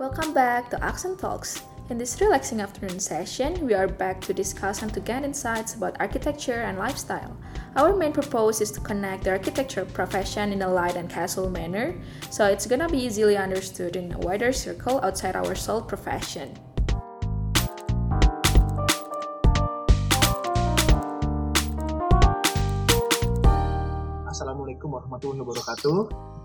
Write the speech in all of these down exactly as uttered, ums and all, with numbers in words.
Welcome back to Accent Talks. In this relaxing afternoon session, we are back to discuss and to gain insights about architecture and lifestyle. Our main purpose is to connect the architecture profession in a light and casual manner, so it's gonna be easily understood in a wider circle outside our sole profession. Assalamualaikum warahmatullahi wabarakatuh.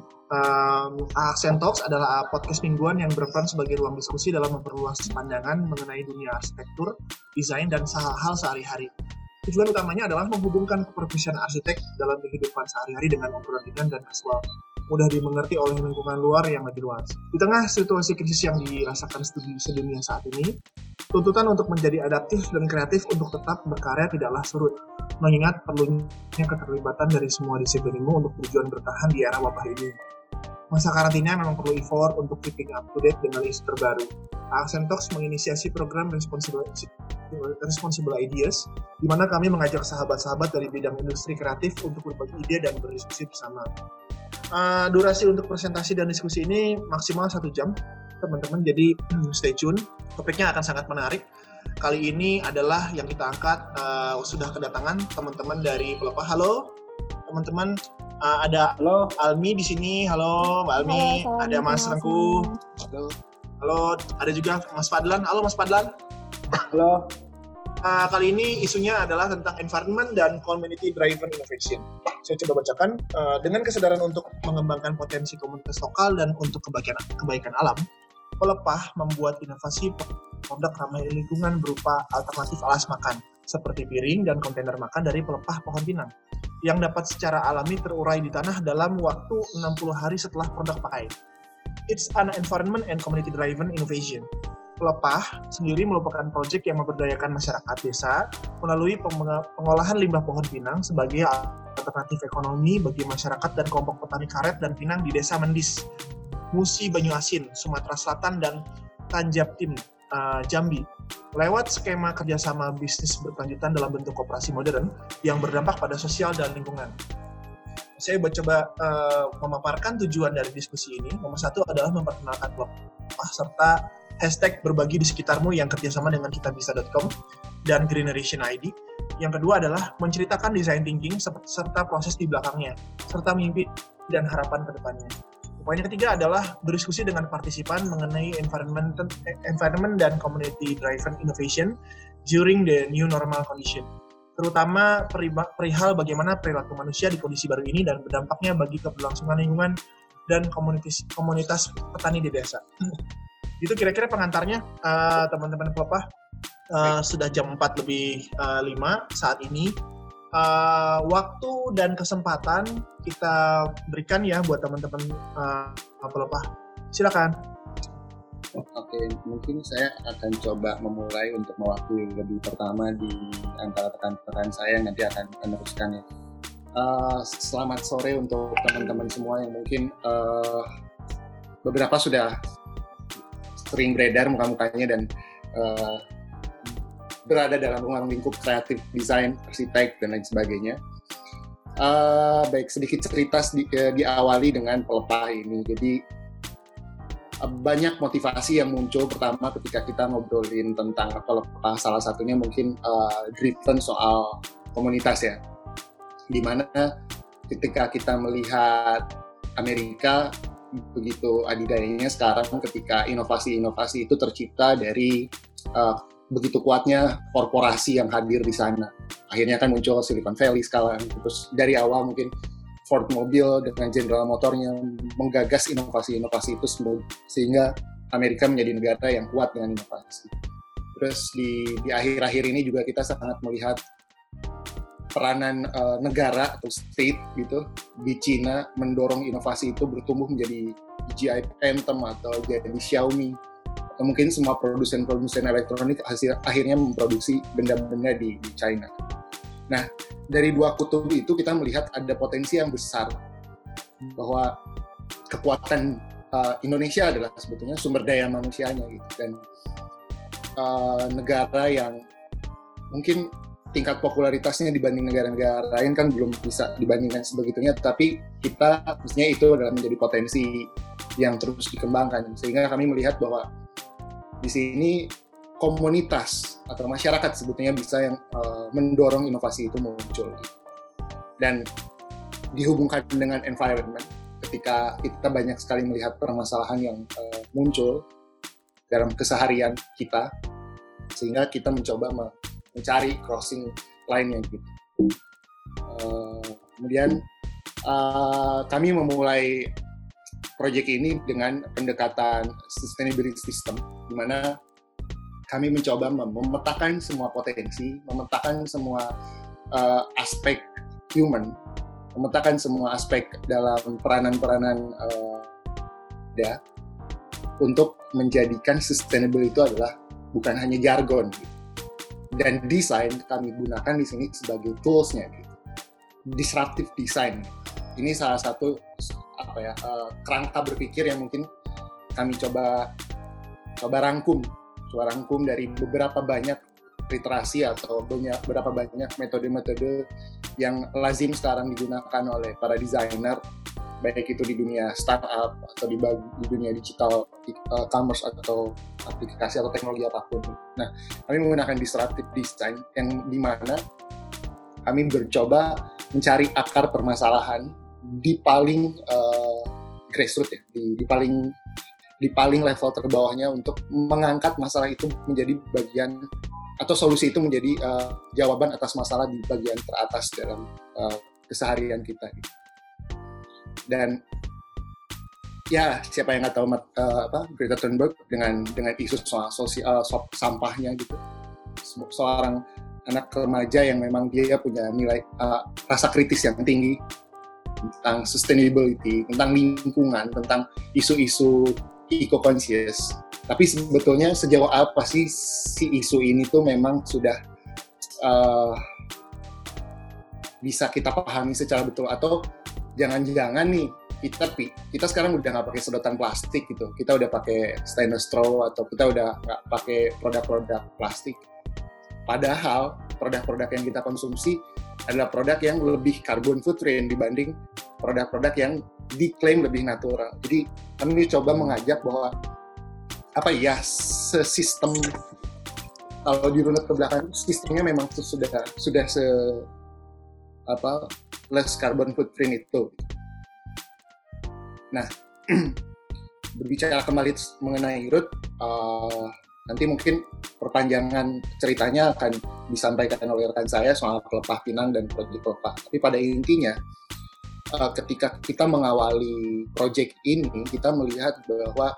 Um, Accent Talks adalah podcast mingguan yang berperan sebagai ruang diskusi dalam memperluas pandangan mengenai dunia arsitektur, desain, dan hal-hal sehari-hari. Tujuan utamanya adalah menghubungkan keprofesional arsitek dalam kehidupan sehari-hari dengan obrolan ringan dan kasual, mudah dimengerti oleh lingkungan luar yang lebih luas. Di tengah situasi krisis yang dirasakan studi sedunia saat ini, tuntutan untuk menjadi adaptif dan kreatif untuk tetap berkarya tidaklah surut, mengingat perlunya keterlibatan dari semua disiplin ilmu untuk tujuan bertahan di era wabah ini. Masa karantina memang perlu effort untuk keeping up to date dengan isu terbaru. Accent Talks menginisiasi program Responsible, Responsible Ideas, di mana kami mengajak sahabat-sahabat dari bidang industri kreatif untuk berbagi ide dan berdiskusi bersama. Uh, durasi untuk presentasi dan diskusi ini maksimal satu jam, teman-teman, jadi stay tune. Topiknya akan sangat menarik. Kali ini adalah yang kita angkat, uh, sudah kedatangan teman-teman dari Pelepah. Halo, teman-teman. Uh, ada halo Almi di sini. Halo Mbak Almi. Halo, ada Mas Rengku. Halo. Halo. Ada juga Mas Fadlan. Halo Mas Fadlan. Halo. Uh, kali ini isunya adalah tentang environment dan community driven innovation. Saya coba bacakan. Uh, dengan kesadaran untuk mengembangkan potensi komunitas lokal dan untuk kebaikan kebaikan alam, Pelepah membuat inovasi produk ramah lingkungan berupa alternatif alas makan seperti piring dan kontainer makan dari pelepah pohon pinang yang dapat secara alami terurai di tanah dalam waktu enam puluh hari setelah produk pakai. It's an environment and community driven innovation. Pelepah sendiri merupakan proyek yang memberdayakan masyarakat desa melalui pengolahan limbah pohon pinang sebagai alternatif ekonomi bagi masyarakat dan kelompok petani karet dan pinang di Desa Mendis, Musi Banyuasin, Sumatera Selatan, dan Tanjabtim, uh, Jambi, lewat skema kerjasama bisnis berkelanjutan dalam bentuk koperasi modern yang berdampak pada sosial dan lingkungan. Saya coba uh, memaparkan tujuan dari diskusi ini. Nomor satu adalah memperkenalkan Pelepah serta hashtag berbagi di sekitarmu yang kerjasama dengan kitabisa dot com dan Greeneration I D. Yang kedua adalah menceritakan design thinking serta proses di belakangnya, serta mimpi dan harapan ke depannya. Poin yang ketiga adalah berdiskusi dengan partisipan mengenai environment, environment dan community driven innovation during the new normal condition, terutama perihal bagaimana perilaku manusia di kondisi baru ini dan berdampaknya bagi keberlangsungan lingkungan dan komunitas, komunitas petani di desa. Itu kira-kira pengantarnya, uh, teman-teman Pelepah. Uh, sudah jam empat lebih lima saat ini. Uh, waktu dan kesempatan kita berikan ya buat teman-teman uh, Pelepah. Silakan. Oke, mungkin saya akan coba memulai untuk mewakili lebih pertama di antara rekan-rekan saya yang nanti akan meneruskan ya. Uh, selamat sore untuk teman-teman semua yang mungkin uh, beberapa sudah sering beredar muka-mukanya dan uh, berada dalam ruang lingkup kreatif, desain, arsitek, dan lain sebagainya. Uh, baik, sedikit cerita di, uh, diawali dengan Pelepah ini. Jadi, uh, banyak motivasi yang muncul pertama ketika kita ngobrolin tentang Pelepah. Salah satunya mungkin uh, driven soal komunitas ya. Dimana ketika kita melihat Amerika, begitu adidayanya sekarang ketika inovasi-inovasi itu tercipta dari uh, begitu kuatnya korporasi yang hadir di sana. Akhirnya kan muncul Silicon Valley sekarang. Terus dari awal mungkin Ford Mobil dengan General Motornya menggagas inovasi-inovasi itu sehingga Amerika menjadi negara yang kuat dengan inovasi. Terus di, di akhir-akhir ini juga kita sangat melihat peranan uh, negara atau state gitu di Cina mendorong inovasi itu bertumbuh menjadi G I Anthem atau jadi Xiaomi. Mungkin semua produsen-produsen elektronik hasil, akhirnya memproduksi benda-benda di, di China. Nah, dari dua kutub itu kita melihat ada potensi yang besar bahwa kekuatan uh, Indonesia adalah sebetulnya sumber daya manusianya gitu, dan uh, negara yang mungkin tingkat popularitasnya dibanding negara-negara lain kan belum bisa dibandingkan sebegitunya, tapi kita mestinya itu adalah menjadi potensi yang terus dikembangkan, sehingga kami melihat bahwa di sini komunitas atau masyarakat sebetulnya bisa yang uh, mendorong inovasi itu muncul. Dan dihubungkan dengan environment, ketika kita banyak sekali melihat permasalahan yang uh, muncul dalam keseharian kita, sehingga kita mencoba mencari crossing line yang gitu. Uh, kemudian uh, kami memulai proyek ini dengan pendekatan sustainability system, di mana kami mencoba memetakan semua potensi, memetakan semua uh, aspek human, memetakan semua aspek dalam peranan-peranan uh, ya, untuk menjadikan sustainable itu adalah bukan hanya jargon. Gitu. Dan desain kami gunakan di sini sebagai toolsnya, gitu. Disruptive design. Ini salah satu apa ya uh, kerangka berpikir yang mungkin kami coba coba rangkum, coba rangkum dari beberapa banyak literasi atau banyak beberapa banyak metode-metode yang lazim sekarang digunakan oleh para desainer, baik itu di dunia startup atau di, di dunia digital uh, commerce atau aplikasi atau teknologi apapun. Nah, kami menggunakan disruptive design yang dimana kami mencoba mencari akar permasalahan di paling uh, grassroots ya, di, di paling di paling level terbawahnya untuk mengangkat masalah itu menjadi bagian atau solusi itu menjadi uh, jawaban atas masalah di bagian teratas dalam uh, keseharian kita. Gitu. Dan ya siapa yang nggak tahu uh, apa Greta Thunberg dengan dengan isu soal sosial uh, sampahnya gitu, seorang anak remaja yang memang dia punya nilai uh, rasa kritis yang tinggi tentang sustainability, tentang lingkungan, tentang isu-isu eco-conscious. Tapi sebetulnya sejauh apa sih si isu ini tuh memang sudah uh, bisa kita pahami secara betul, atau jangan-jangan nih kita kita sekarang udah nggak pakai sedotan plastik gitu, kita udah pakai stainless straw atau kita udah nggak pakai produk-produk plastik. Padahal produk-produk yang kita konsumsi adalah produk yang lebih carbon footprint dibanding produk-produk yang diklaim lebih natural. Jadi kami coba mengajak bahwa apa ya sistem kalau dirunut ke belakang sistemnya memang sudah sudah se apa less carbon footprint itu. Nah, berbicara kembali mengenai root, uh, nanti mungkin perpanjangan ceritanya akan disampaikan oleh rekan saya soal Pelepah Pinang dan proyek Pelepah. Tapi pada intinya, uh, ketika kita mengawali proyek ini, kita melihat bahwa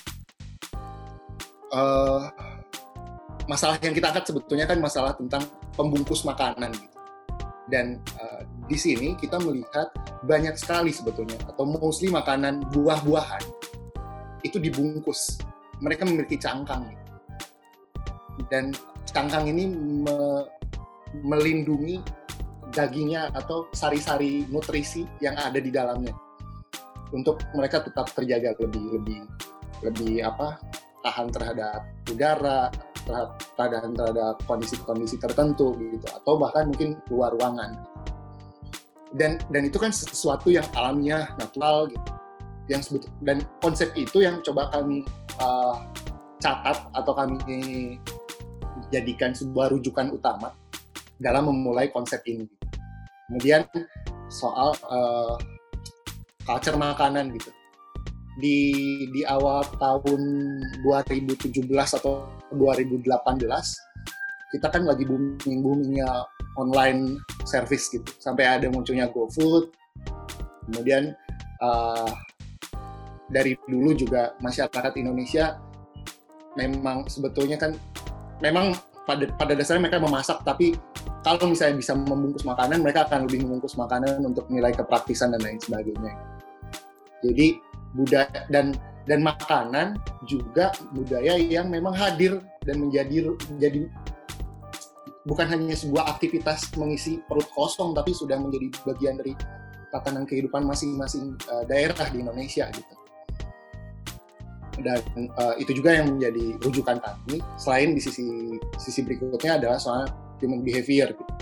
uh, masalah yang kita angkat sebetulnya kan masalah tentang pembungkus makanan. Gitu. Dan uh, di sini kita melihat banyak sekali sebetulnya, atau mostly makanan buah-buahan itu dibungkus. Mereka memiliki cangkang. Gitu. Dan cangkang ini me- melindungi dagingnya atau sari-sari nutrisi yang ada di dalamnya untuk mereka tetap terjaga lebih lebih lebih apa tahan terhadap udara, terhadap terhadap kondisi-kondisi tertentu gitu, atau bahkan mungkin luar ruangan. Dan dan itu kan sesuatu yang alamiah, natural gitu. Yang sebut dan konsep itu yang coba kami uh, catat atau kami jadikan sebuah rujukan utama dalam memulai konsep ini. Kemudian soal uh, culture makanan gitu. Di di awal tahun dua ribu tujuh belas atau dua ribu delapan belas kita kan lagi booming-boomingnya online service gitu, sampai ada munculnya GoFood. Kemudian uh, dari dulu juga masyarakat Indonesia memang sebetulnya kan memang pada pada dasarnya mereka memasak, tapi kalau misalnya bisa membungkus makanan, mereka akan lebih membungkus makanan untuk nilai kepraktisan dan lain sebagainya. Jadi budaya dan dan makanan juga budaya yang memang hadir dan menjadi menjadi bukan hanya sebuah aktivitas mengisi perut kosong, tapi sudah menjadi bagian dari tatanan kehidupan masing-masing uh, daerah di Indonesia gitu. Dan uh, itu juga yang menjadi rujukan kami. Selain di sisi sisi berikutnya adalah soal human behavior gitu.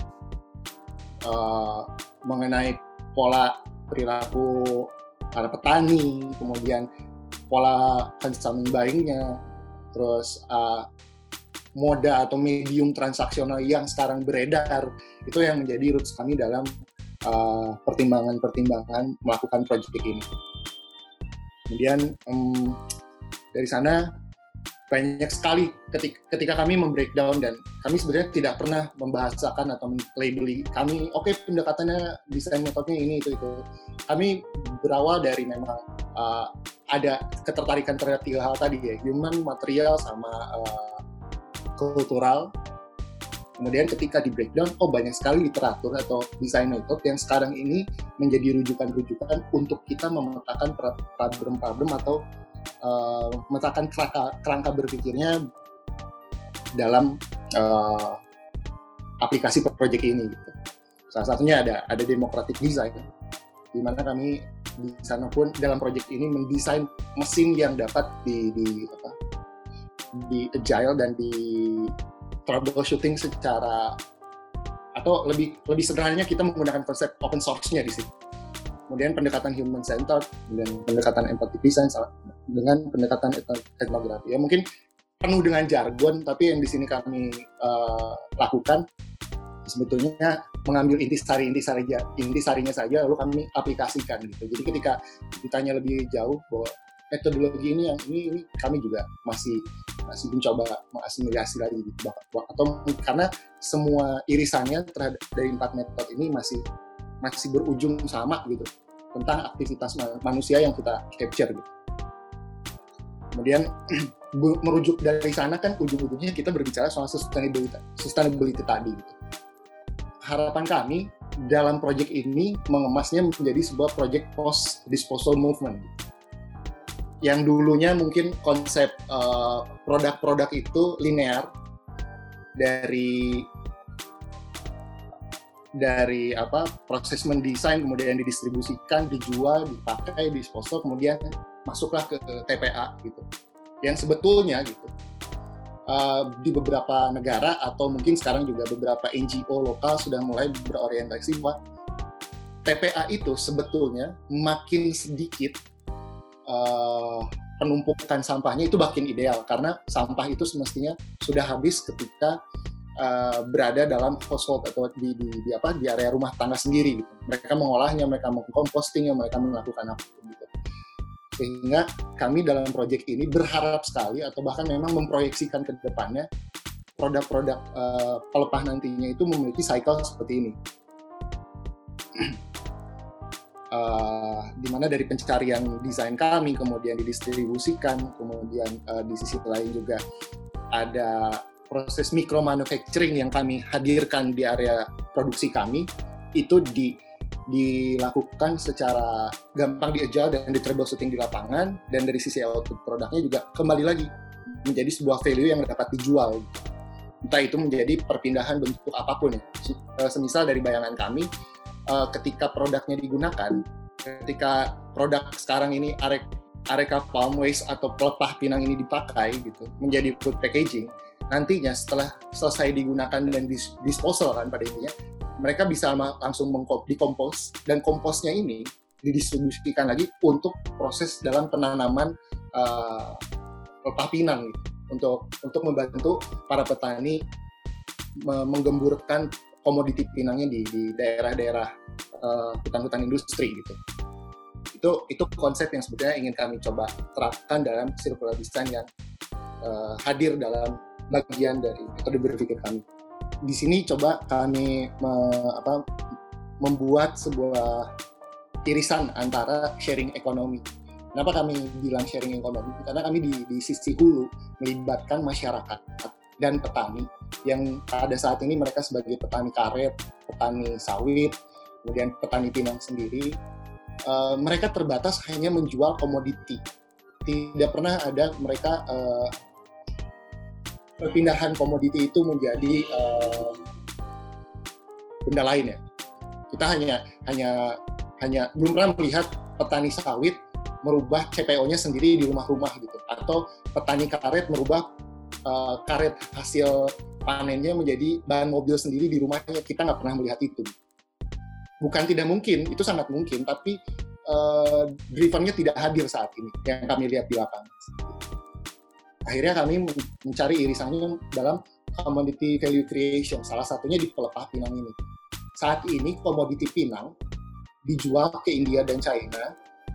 Uh, mengenai pola perilaku para petani, kemudian pola consumption buying-nya, terus uh, moda atau medium transaksional yang sekarang beredar, itu yang menjadi roots kami dalam uh, pertimbangan-pertimbangan melakukan proyek ini. Kemudian um, dari sana banyak sekali ketika, ketika kami membreakdown, dan kami sebenarnya tidak pernah membahasakan atau melabeli kami, oke okay, pendekatannya desain metodenya ini itu itu. Kami berawal dari memang uh, ada ketertarikan terhadap tiga hal tadi ya, human, material, sama uh, kultural. Kemudian ketika di breakdown, oh banyak sekali literatur atau desain metode yang sekarang ini menjadi rujukan-rujukan untuk kita memetakan problem-problem atau Uh, memetakan kerangka, kerangka berpikirnya dalam uh, aplikasi proyek ini gitu. Salah satunya ada ada democratic design, di mana kami di sana pun dalam proyek ini mendesain mesin yang dapat di di apa di agile dan di troubleshooting secara, atau lebih lebih sederhananya kita menggunakan konsep open source-nya di sini. Kemudian pendekatan human centered, kemudian pendekatan empathy design dengan pendekatan etnografi. Ya mungkin penuh dengan jargon, tapi yang di sini kami uh, lakukan sebetulnya mengambil intisari-intisari intisarinya saja lalu kami aplikasikan gitu. Jadi ketika ditanya lebih jauh bahwa metodologi ini yang ini ini kami juga masih masih mencoba mengasimilasi lagi gitu. Atau karena semua irisannya terhadap dari empat metode ini masih masih berujung sama gitu, tentang aktivitas manusia yang kita capture gitu. Kemudian merujuk dari sana kan ujung-ujungnya kita berbicara soal sustainability, sustainability tadi gitu. Harapan kami dalam proyek ini mengemasnya menjadi sebuah proyek post disposal movement. Yang dulunya mungkin konsep uh, produk-produk itu linear, dari dari apa proses mendesain, kemudian didistribusikan, dijual, dipakai, disposal, kemudian masuklah ke, ke T P A gitu. Yang sebetulnya gitu uh, di beberapa negara atau mungkin sekarang juga beberapa N G O lokal sudah mulai berorientasi bahwa T P A itu sebetulnya makin sedikit uh, penumpukan sampahnya itu makin ideal, karena sampah itu semestinya sudah habis ketika Uh, berada dalam household atau di, di, di apa di area rumah tangga sendiri gitu. Mereka mengolahnya, mereka mengkompostingnya, mereka melakukan apa gitu. Sehingga kami dalam proyek ini berharap sekali atau bahkan memang memproyeksikan ke depannya produk-produk uh, pelepah nantinya itu memiliki cycle seperti ini. Uh, di mana dari pencarian desain kami kemudian didistribusikan, kemudian uh, di sisi lain juga ada proses micro manufacturing yang kami hadirkan di area produksi kami, itu di, dilakukan secara gampang di agile dan di troubleshooting di lapangan, dan dari sisi output produknya juga kembali lagi menjadi sebuah value yang dapat dijual. Entah itu menjadi perpindahan bentuk apapun ya. Semisal dari bayangan kami, ketika produknya digunakan, ketika produk sekarang ini arek, areka palm waste atau pelepah pinang ini dipakai gitu menjadi food packaging, nantinya setelah selesai digunakan dan disposal kan pada intinya, mereka bisa langsung dikompos, dan komposnya ini didistribusikan lagi untuk proses dalam penanaman uh, pelepah pinang gitu, untuk untuk membantu para petani me- menggemburkan komoditi pinangnya di, di daerah-daerah uh, hutan-hutan industri gitu. Itu itu konsep yang sebetulnya ingin kami coba terapkan dalam circular design yang uh, hadir dalam bagian dari metode berpikir kami. Di sini coba kami me, apa, membuat sebuah irisan antara sharing ekonomi. Kenapa kami bilang sharing ekonomi? Karena kami di, di sisi hulu melibatkan masyarakat dan petani yang pada saat ini mereka sebagai petani karet, petani sawit, kemudian petani pinang sendiri, uh, mereka terbatas hanya menjual komoditi. Tidak pernah ada mereka uh, perpindahan komoditi itu menjadi uh, benda lain ya. Kita hanya hanya hanya belum pernah melihat petani sawit merubah C P O-nya sendiri di rumah-rumah gitu, atau petani karet merubah uh, karet hasil panennya menjadi bahan mobil sendiri di rumahnya. Kita nggak pernah melihat itu. Bukan tidak mungkin, itu sangat mungkin, tapi uh, drivennya tidak hadir saat ini yang kami lihat di lapangan. Akhirnya kami mencari irisannya dalam commodity value creation, salah satunya di pelepah pinang ini. Saat ini komoditi pinang dijual ke India dan China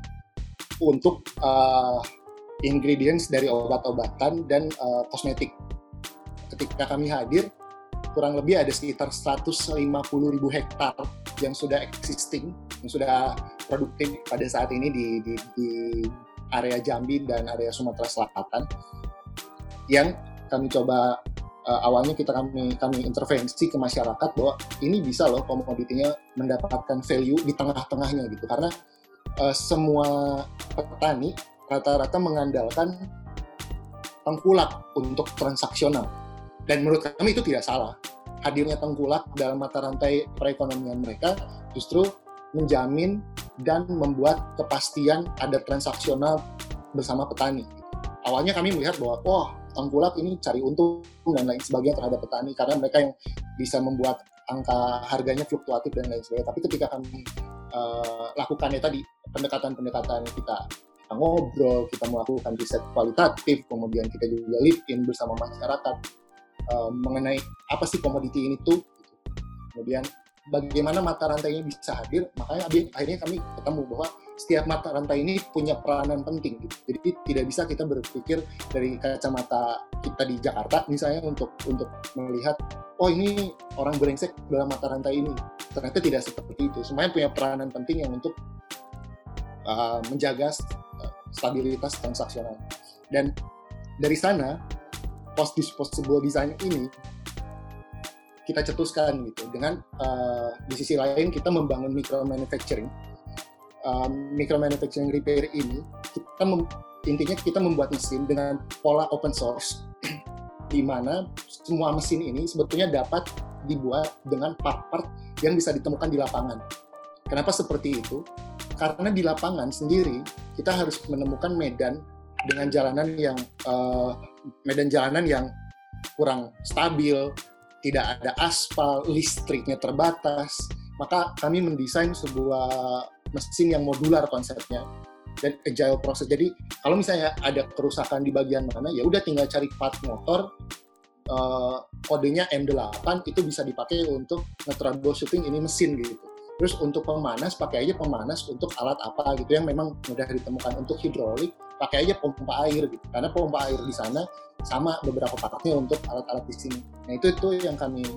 untuk uh, ingredients dari obat-obatan dan uh, kosmetik. Ketika kami hadir, kurang lebih ada sekitar seratus lima puluh ribu hektar yang sudah existing, yang sudah produktif pada saat ini di, di, di area Jambi dan area Sumatera Selatan, yang kami coba uh, awalnya kita kami kami intervensi ke masyarakat bahwa ini bisa loh komoditinya mendapatkan value di tengah-tengahnya gitu, karena uh, semua petani rata-rata mengandalkan tengkulak untuk transaksional, dan menurut kami itu tidak salah. Hadirnya tengkulak dalam mata rantai perekonomian mereka justru menjamin dan membuat kepastian ada transaksional bersama petani. Awalnya kami melihat bahwa wah, tengkulak ini cari untung dan lain sebagainya terhadap petani karena mereka yang bisa membuat angka harganya fluktuatif dan lain sebagainya. Tapi ketika kami uh, lakukannya tadi, pendekatan-pendekatan kita, kita ngobrol, kita melakukan riset kualitatif, kemudian kita juga live in bersama masyarakat uh, mengenai apa sih komoditi ini tuh, kemudian bagaimana mata rantainya bisa hadir, makanya akhirnya kami ketemu bahwa setiap mata rantai ini punya peranan penting gitu. Jadi tidak bisa kita berpikir dari kacamata kita di Jakarta misalnya untuk untuk melihat oh ini orang brengsek dalam mata rantai ini. Ternyata tidak seperti itu. Semuanya punya peranan penting yang untuk uh, menjaga stabilitas transaksional. Dan dari sana post disposable design ini kita cetuskan gitu dengan uh, di sisi lain kita membangun micro manufacturing. Um, micro manufacturing repair ini kita mem- intinya kita membuat mesin dengan pola open source di mana semua mesin ini sebetulnya dapat dibuat dengan part-part yang bisa ditemukan di lapangan. Kenapa seperti itu? Karena di lapangan sendiri kita harus menemukan medan dengan jalanan yang uh, medan jalanan yang kurang stabil, tidak ada aspal, listriknya terbatas. Maka kami mendesain sebuah mesin yang modular konsepnya dan agile proses. Jadi kalau misalnya ada kerusakan di bagian mana, ya udah tinggal cari part motor, uh, kodenya M delapan itu bisa dipakai untuk nge-troubleshooting ini mesin gitu. Terus untuk pemanas pakai aja pemanas untuk alat apa gitu yang memang mudah ditemukan. Untuk hidrolik pakai aja pompa air gitu. Karena pompa air di sana sama beberapa partnya untuk alat-alat di sini. Nah itu itu yang kami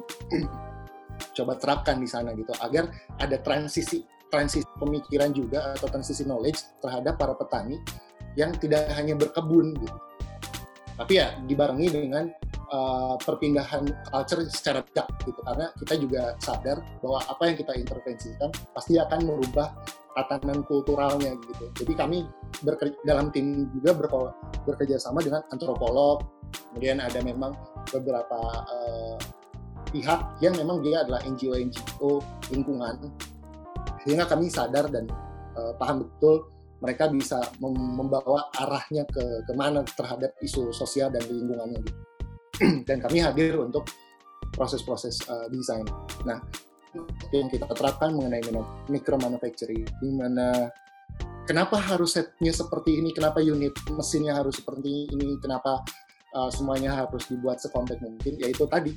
coba terapkan di sana gitu agar ada transisi transisi pemikiran juga atau transisi knowledge terhadap para petani yang tidak hanya berkebun gitu. Tapi ya dibarengi dengan uh, perpindahan culture secara bijak gitu, karena kita juga sadar bahwa apa yang kita intervensikan pasti akan merubah tatanan kulturalnya gitu. Jadi kami berkerja, dalam tim juga berko, bekerja sama dengan antropolog, kemudian ada memang beberapa uh, pihak yang memang dia adalah N G O N G O lingkungan, sehingga kami sadar dan uh, paham betul mereka bisa mem- membawa arahnya ke kemana terhadap isu sosial dan lingkungannya gitu. Dan kami hadir untuk proses-proses uh, desain. Nah, yang kita terapkan mengenai micro manufacturing, di mana kenapa harus setnya seperti ini, kenapa unit mesinnya harus seperti ini, kenapa uh, semuanya harus dibuat sekompleks mungkin, yaitu tadi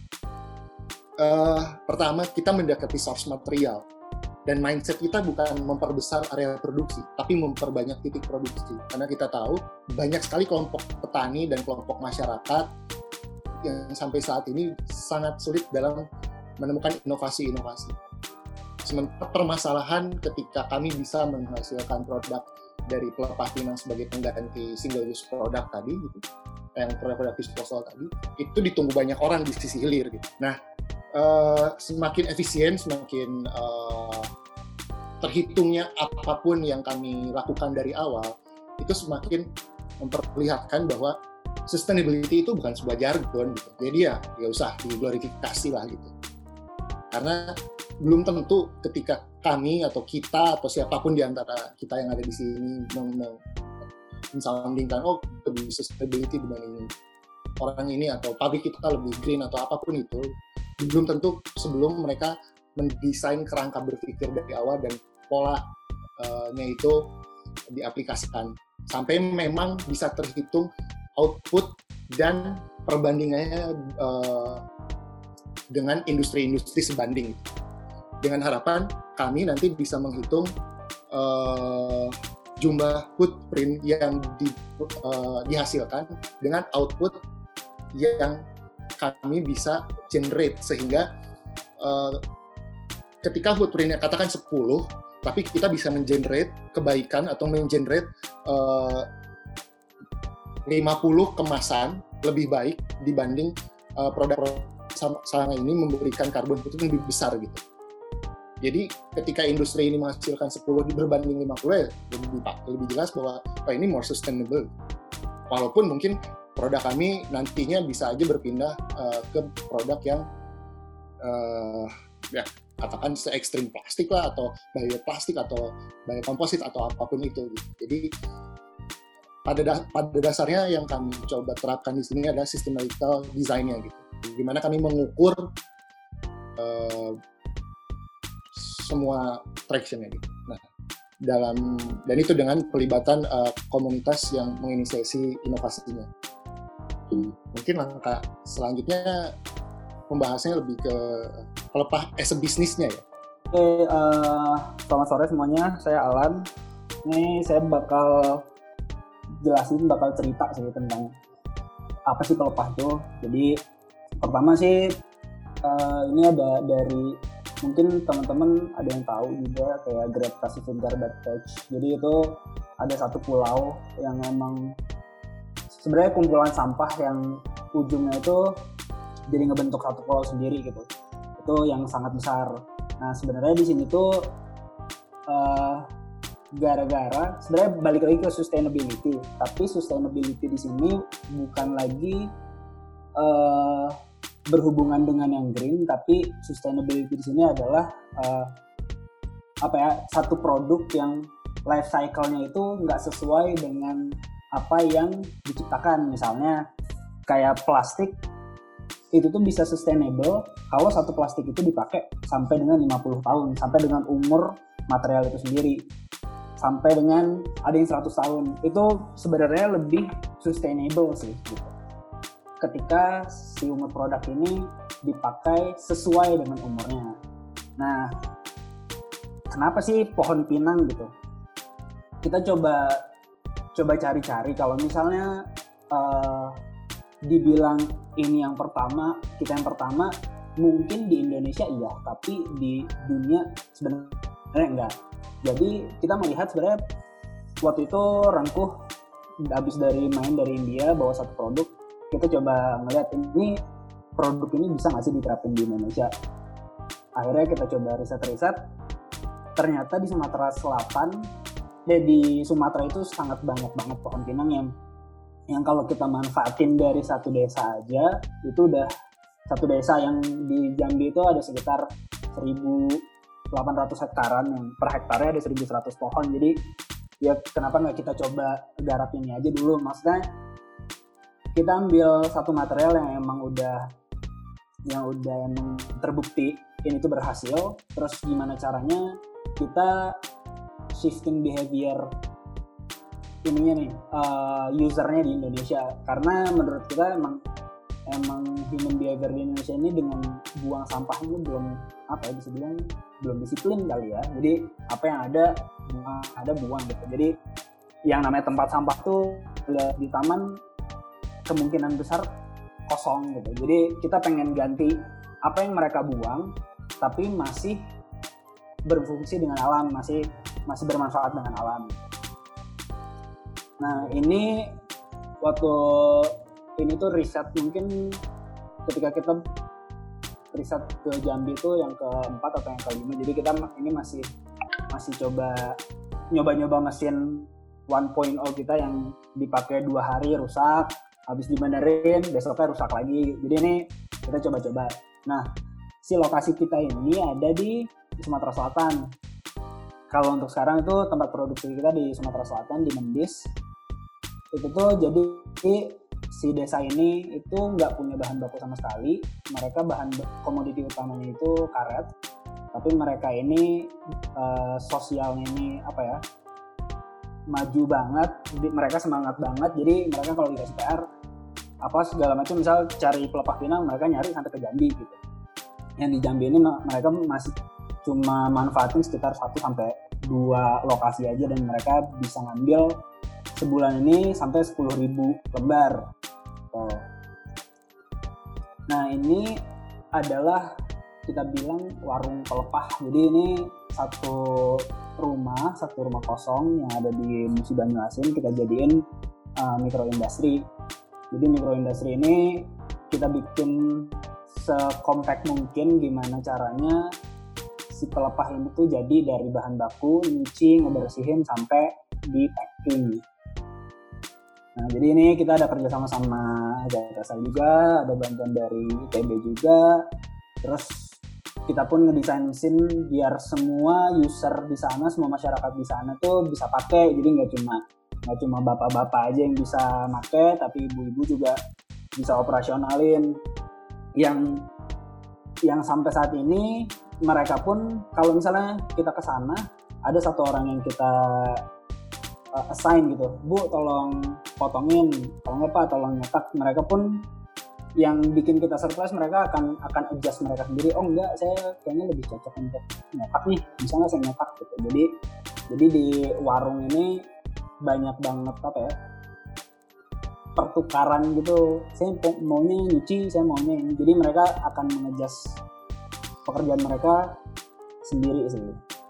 uh, pertama kita mendekati source material. Dan mindset kita bukan memperbesar area produksi, tapi memperbanyak titik produksi. Karena kita tahu banyak sekali kelompok petani dan kelompok masyarakat yang sampai saat ini sangat sulit dalam menemukan inovasi-inovasi. Sementara permasalahan ketika kami bisa menghasilkan produk dari pelepah pinang sebagai pengganti single use product tadi, gitu, yang produk disposal tadi, itu ditunggu banyak orang di sisi hilir. Gitu. Nah, Uh, semakin efisien, semakin uh, terhitungnya apapun yang kami lakukan dari awal, itu semakin memperlihatkan bahwa sustainability itu bukan sebuah jargon gitu. Jadi ya nggak usah diglorifikasi lah gitu. Karena belum tentu ketika kami atau kita atau siapapun di antara kita yang ada di sini mensandingkan oh lebih sustainability dibanding orang ini atau pabrik kita lebih green atau apapun itu, belum tentu sebelum mereka mendesain kerangka berpikir dari awal dan polanya itu diaplikasikan sampai memang bisa terhitung output dan perbandingannya uh, dengan industri-industri sebanding. Dengan harapan kami nanti bisa menghitung uh, jumlah footprint yang di, uh, dihasilkan dengan output yang kami bisa generate, sehingga uh, ketika footprintnya katakan sepuluh, tapi kita bisa mengenerate kebaikan atau mengenerate uh, lima puluh kemasan lebih baik dibanding uh, produk selama ini memberikan karbon footprint lebih besar gitu. Jadi ketika industri ini menghasilkan sepuluh berbanding lima puluh, ya lebih, lebih jelas bahwa oh, ini more sustainable. Walaupun mungkin produk kami nantinya bisa aja berpindah uh, ke produk yang uh, ya katakan se-ekstrim plastik lah, atau bioplastik atau biokomposit atau apapun itu. Jadi pada da- pada dasarnya yang kami coba terapkan di sini adalah systematical design-nya gitu. Gimana kami mengukur uh, semua traction-nya gitu. Nah, dalam dan itu dengan pelibatan uh, komunitas yang menginisiasi inovasinya. Mungkin langkah selanjutnya pembahasannya lebih ke pelepah as a bisnisnya ya. Oke, uh, selamat sore semuanya. Saya Alan. Ini saya bakal jelasin, bakal cerita sih tentang apa sih pelepah itu. Jadi pertama sih uh, ini ada dari mungkin teman-teman ada yang tahu juga kayak Great Pacific Garbage Patch. Jadi itu ada satu pulau yang emang sebenarnya kumpulan sampah yang ujungnya itu jadi ngebentuk satu pulau sendiri gitu. Itu yang sangat besar. Nah sebenarnya di sini tuh uh, gara-gara sebenarnya balik lagi ke sustainability. Tapi sustainability di sini bukan lagi uh, berhubungan dengan yang green, tapi sustainability di sini adalah uh, apa ya satu produk yang life cycle-nya itu nggak sesuai dengan apa yang diciptakan. Misalnya kayak plastik itu tuh bisa sustainable kalau satu plastik itu dipakai sampai dengan lima puluh tahun, sampai dengan umur material itu sendiri sampai dengan ada yang seratus tahun. Itu sebenarnya lebih sustainable sih gitu. Ketika si umur produk ini dipakai sesuai dengan umurnya. Nah, kenapa sih pohon pinang gitu? Kita coba coba cari-cari kalau misalnya uh, dibilang ini yang pertama, kita yang pertama, mungkin di Indonesia iya, tapi di dunia sebenarnya enggak. Jadi kita melihat sebenarnya waktu itu Rangkuh habis dari main dari India bawa satu produk, kita coba ngeliat ini produk ini bisa nggak sih diterapin di Indonesia. Akhirnya kita coba riset-riset, ternyata di Sumatera Selatan, ya di Sumatera itu sangat banyak banget pohon pinang yang yang kalau kita manfaatin dari satu desa aja, itu udah satu desa yang di Jambi itu ada sekitar seribu delapan ratus hektaran, yang per hektarnya ada seribu seratus pohon. Jadi ya kenapa nggak kita coba garap ini aja dulu. Maksudnya kita ambil satu material yang emang udah yang udah emang terbukti ini tuh berhasil, terus gimana caranya kita shifting behavior ininya nih uh, usernya di Indonesia. Karena menurut kita emang emang human behavior di Indonesia ini dengan buang sampahnya belum apa ya bisa bilang belum disiplin kali ya. Jadi apa yang ada buang, ada buang gitu. Jadi yang namanya tempat sampah tuh di taman kemungkinan besar kosong gitu. Jadi kita pengen ganti apa yang mereka buang tapi masih berfungsi dengan alam, masih masih bermanfaat dengan alam. Nah ini waktu ini tuh riset mungkin ketika kita riset ke Jambi itu yang keempat atau yang kelima. Jadi kita ini masih masih coba nyoba-nyoba mesin one point oh kita yang dipakai dua hari rusak, habis dibenerin besoknya rusak lagi. Jadi ini kita coba-coba. Nah si lokasi kita ini ada di Sumatera Selatan. Kalau untuk sekarang itu tempat produksi kita di Sumatera Selatan di Mendis. Itu tuh jadi si desa ini itu nggak punya bahan baku sama sekali. Mereka bahan komoditi utamanya itu karet, tapi mereka ini uh, sosialnya ini apa ya, maju banget, mereka semangat banget. Jadi mereka kalau dikasih P R apa segala macam, misal cari pelepah pinang, mereka nyari sampai ke Jambi gitu. Yang di Jambi ini mereka masih cuma manfaatin sekitar satu sampai dua lokasi aja, dan mereka bisa ngambil sebulan ini sampai sepuluh ribu lembar. Oh. Nah ini adalah kita bilang warung pelepah. Jadi ini satu rumah, satu rumah kosong yang ada di Musi Banyuasin kita jadiin uh, mikroindustri. Jadi mikroindustri ini kita bikin sekompak mungkin gimana caranya si pelepah ini tuh jadi dari bahan baku, nyuci, ngebersihin sampai di packing. Nah, jadi ini kita ada kerjasama sama Jakarta juga, ada bantuan dari I T B juga. Terus kita pun ngedesain mesin biar semua user di sana, semua masyarakat di sana tuh bisa pakai. Jadi nggak cuma nggak cuma bapak-bapak aja yang bisa pakai, tapi ibu-ibu juga bisa operasionalin. Yang yang sampai saat ini mereka pun kalau misalnya kita ke sana, ada satu orang yang kita uh, assign gitu, Bu tolong potongin, kalau nggak Pak tolong nyetak. Mereka pun yang bikin kita surprise, mereka akan akan adjust mereka sendiri. Oh enggak, saya kayaknya lebih cocok untuk nyetak nih, misalnya saya nyetak gitu. Jadi jadi di warung ini banyak banget apa ya, pertukaran gitu. Saya maunya nyuci, saya maunya ini. Jadi mereka akan mengadjust pekerjaan mereka sendiri sih.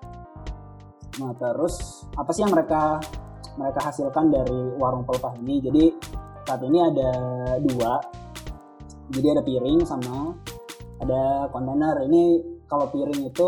Nah terus apa sih yang mereka mereka hasilkan dari warung pelepah ini? Jadi saat ini ada dua. Jadi ada piring sama ada kontainer. Ini kalau piring itu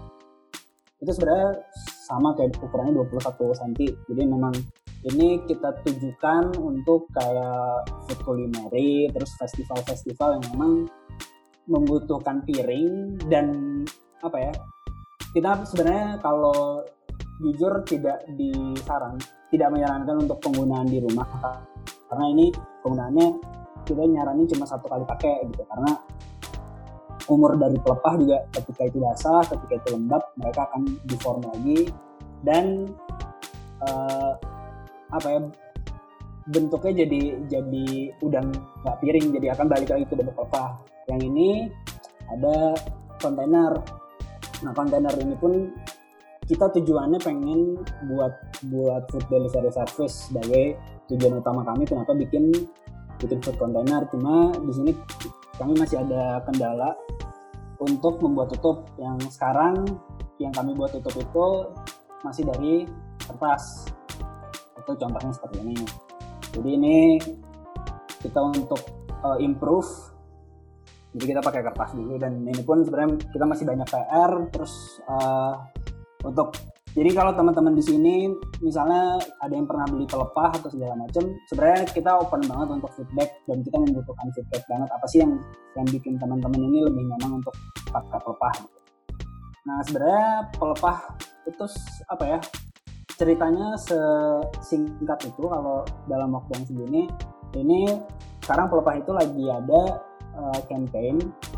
itu sebenarnya sama kayak ukurannya dua puluh satu sentimeter. Jadi memang ini kita tujukan untuk kayak food culinary, terus festival-festival yang memang membutuhkan piring. Dan apa ya, kita sebenarnya kalau jujur tidak disaran, tidak menyarankan untuk penggunaan di rumah, karena ini penggunaannya kita nyaranin cuma satu kali pakai gitu, karena umur dari pelepah juga ketika itu basah, ketika itu lembab, mereka akan deform lagi, dan uh, apa ya, bentuknya jadi jadi udah nggak piring, jadi akan balik lagi ke bentuk pelepah. Yang ini ada kontainer. Nah kontainer ini pun kita tujuannya pengen buat buat food delivery service sebagai tujuan utama kami. Kenapa bikin bikin food container? Cuma di sini kami masih ada kendala untuk membuat tutup. Yang sekarang yang kami buat tutup itu masih dari kertas. Itu contohnya seperti ini. Jadi ini kita untuk uh, improve. Jadi kita pakai kertas dulu, dan ini pun sebenarnya kita masih banyak P R. Terus uh, untuk jadi kalau teman-teman di sini misalnya ada yang pernah beli pelepah atau segala macam, sebenarnya kita open banget untuk feedback, dan kita membutuhkan feedback banget apa sih yang yang bikin teman-teman ini lebih nyaman untuk pakai pelepah. Nah sebenarnya pelepah itu apa ya, ceritanya sesingkat itu kalau dalam waktu yang segini. Ini sekarang pelepah itu lagi ada uh, campaign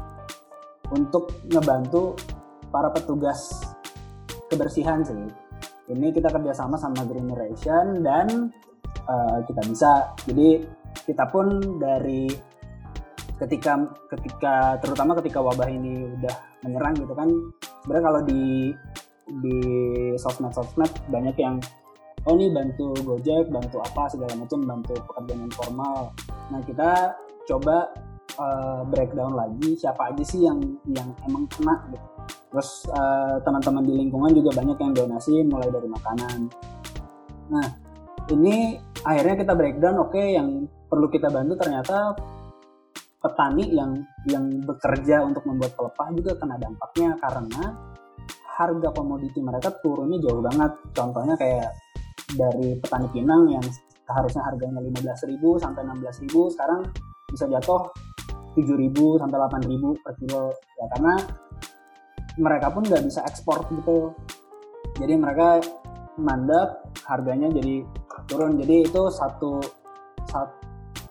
untuk ngebantu para petugas kebersihan sih. Ini kita kerjasama sama Greeneration dan uh, kita bisa. Jadi kita pun dari ketika ketika terutama ketika wabah ini udah menyerang gitu kan. Sebenarnya kalau di di sosmed-sosmed banyak yang oh nih bantu Gojek, bantu apa segala macam, bantu pekerjaan informal. Nah kita coba uh, breakdown lagi siapa aja sih yang yang emang kena gitu. Terus uh, teman-teman di lingkungan juga banyak yang donasi mulai dari makanan. Nah ini akhirnya kita breakdown, oke okay, yang perlu kita bantu ternyata petani yang yang bekerja untuk membuat pelepah juga kena dampaknya karena harga komoditi mereka turunnya jauh banget. Contohnya kayak dari petani pinang yang seharusnya harganya lima belas ribu sampai enam belas ribu, sekarang bisa jatuh tujuh ribu sampai delapan ribu per kilo. Ya karena mereka pun nggak bisa ekspor gitu. Jadi mereka mandek, harganya jadi turun. Jadi itu satu, satu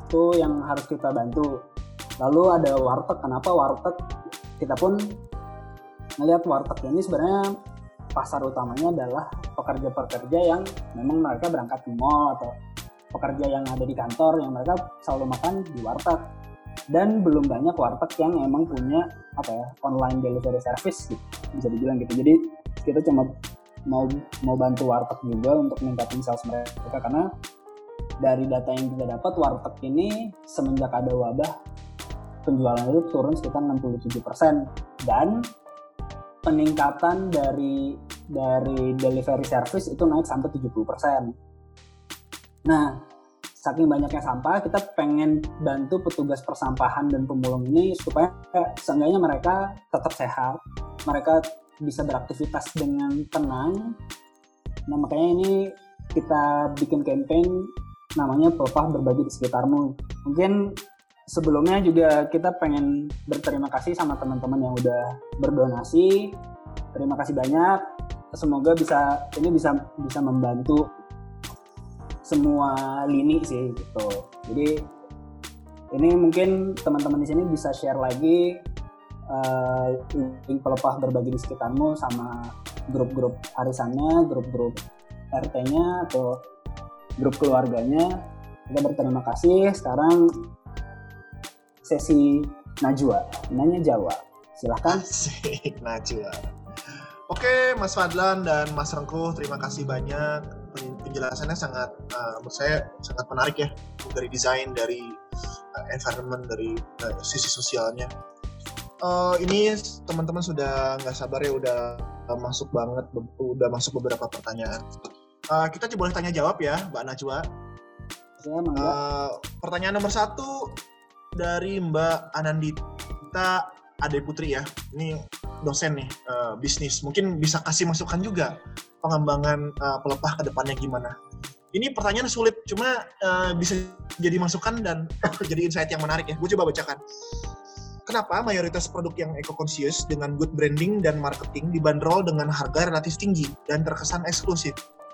itu yang harus kita bantu. Lalu ada warteg. Kenapa warteg? Kita pun melihat warteg ini sebenarnya pasar utamanya adalah pekerja-pekerja yang memang mereka berangkat ke mall atau pekerja yang ada di kantor yang mereka selalu makan di warteg. Dan belum banyak warteg yang emang punya apa ya online delivery service gitu, bisa dibilang gitu. Jadi kita cuma mau mau bantu warteg juga untuk meningkatkan sales mereka, karena dari data yang kita dapat warteg ini semenjak ada wabah penjualan itu turun sekitar enam puluh tujuh persen, dan peningkatan dari dari delivery service itu naik sampai tujuh puluh persen. Nah, saking banyaknya sampah, kita pengen bantu petugas persampahan dan pemulung ini supaya seenggaknya mereka tetap sehat, mereka bisa beraktivitas dengan tenang. Nah, makanya ini kita bikin campaign namanya Pelepah Berbagi di Sekitarmu. Mungkin sebelumnya juga kita pengen berterima kasih sama teman-teman yang udah berdonasi. Terima kasih banyak. Semoga bisa ini bisa bisa membantu semua lini sih gitu. Jadi ini mungkin teman-teman di sini bisa share lagi uh, link Pelepah Berbagi di Sekitarmu sama grup-grup arisannya, grup-grup R T-nya atau grup keluarganya. Kita berterima kasih. Sekarang sesi Najwa, nanya Jawa. Silahkan. Asik, Najwa. Oke, Mas Fadlan dan Mas Rengkuh, terima kasih banyak. Penjelasannya sangat, uh, menurut saya sangat menarik ya. Dari desain, dari uh, environment, dari uh, sisi sosialnya. Uh, ini teman-teman sudah nggak sabar ya, udah uh, masuk banget, be- udah masuk beberapa pertanyaan. Uh, kita coba boleh tanya jawab ya, Mbak Najwa. Saya mangga. Uh, pertanyaan nomor satu dari Mbak Anandita Ade Putri ya. Ini dosen nih, uh, bisnis. Mungkin bisa kasih masukan juga pengembangan uh, Pelepah ke depannya gimana. Ini pertanyaan sulit, cuma uh, bisa jadi masukan dan jadi insight yang menarik ya. Gue coba bacakan. Kenapa mayoritas produk yang eco-conscious dengan good branding dan marketing dibanderol dengan harga relatif tinggi dan terkesan eksklusif?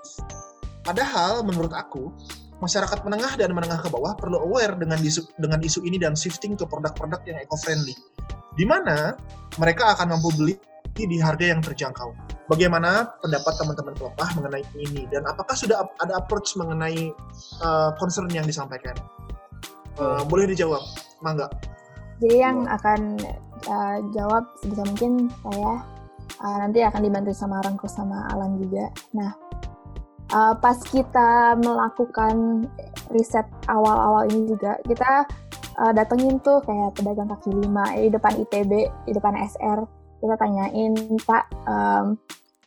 Padahal menurut aku, masyarakat menengah dan menengah ke bawah perlu aware dengan isu, dengan isu ini dan shifting ke produk-produk yang eco-friendly, di mana mereka akan mampu beli di harga yang terjangkau. Bagaimana pendapat teman-teman Pelepah mengenai ini, dan apakah sudah ada approach mengenai uh, concern yang disampaikan? Uh, boleh dijawab, mangga. Jadi yang akan uh, jawab sebisa mungkin saya, uh, nanti akan dibantu sama Rengkuh sama Alan juga. Nah, uh, pas kita melakukan riset awal-awal ini juga, kita uh, datengin tuh kayak pedagang kaki lima di depan I T B, di depan S R. Kita tanyain, Pak, um,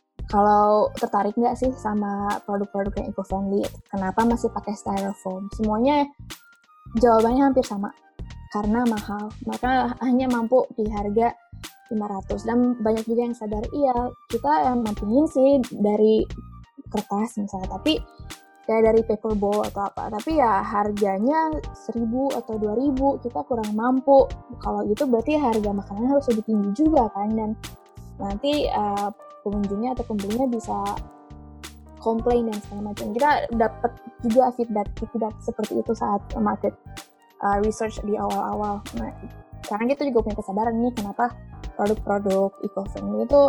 kalau tertarik nggak sih sama produk-produk yang eco-friendly? Kenapa masih pakai styrofoam? Semuanya jawabannya hampir sama. Karena mahal, maka hanya mampu di harga lima ratus. Dan banyak juga yang sadar, iya kita yang mampingin sih dari kertas misalnya, tapi kayak dari paper bowl atau apa, tapi ya harganya seribu atau dua ribu, kita kurang mampu. Kalau gitu berarti harga makanan harus lebih tinggi juga kan, dan nanti uh, pengunjungnya atau pembelinya bisa komplain dan segala macam. Kita dapat juga feedback feedback seperti itu saat market Uh, research di awal-awal. Nah, sekarang kita juga punya kesadaran nih kenapa produk-produk eco-friendly itu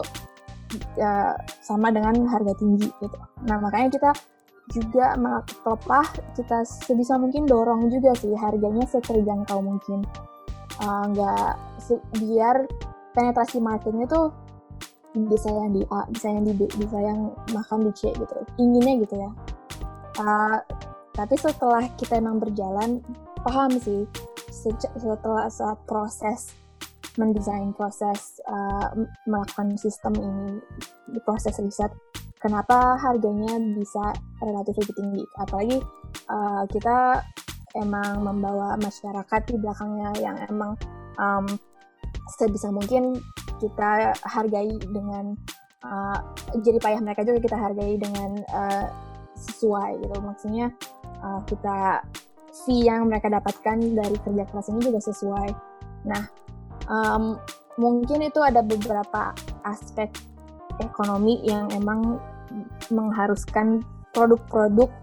uh, sama dengan harga tinggi gitu. Nah, makanya kita juga Pelepah, kita sebisa mungkin dorong juga sih harganya seterjangkau mungkin. Uh, nggak se- biar penetrasi marketnya tuh bisa yang di A, bisa yang di B, bisa yang bahkan di C gitu. Inginnya gitu ya. Uh, tapi setelah kita emang berjalan, paham sih sejak setelah saat proses mendesain, proses uh, melakukan sistem ini, di proses riset, kenapa harganya bisa relatif lebih tinggi. Apalagi uh, kita emang membawa masyarakat di belakangnya yang emang um, sebisa mungkin kita hargai dengan uh, jadi payah mereka juga kita hargai dengan uh, sesuai gitu. Maksudnya uh, kita fee yang mereka dapatkan dari kerja keras ini juga sesuai. Nah, um, mungkin itu ada beberapa aspek ekonomi yang emang mengharuskan produk-produk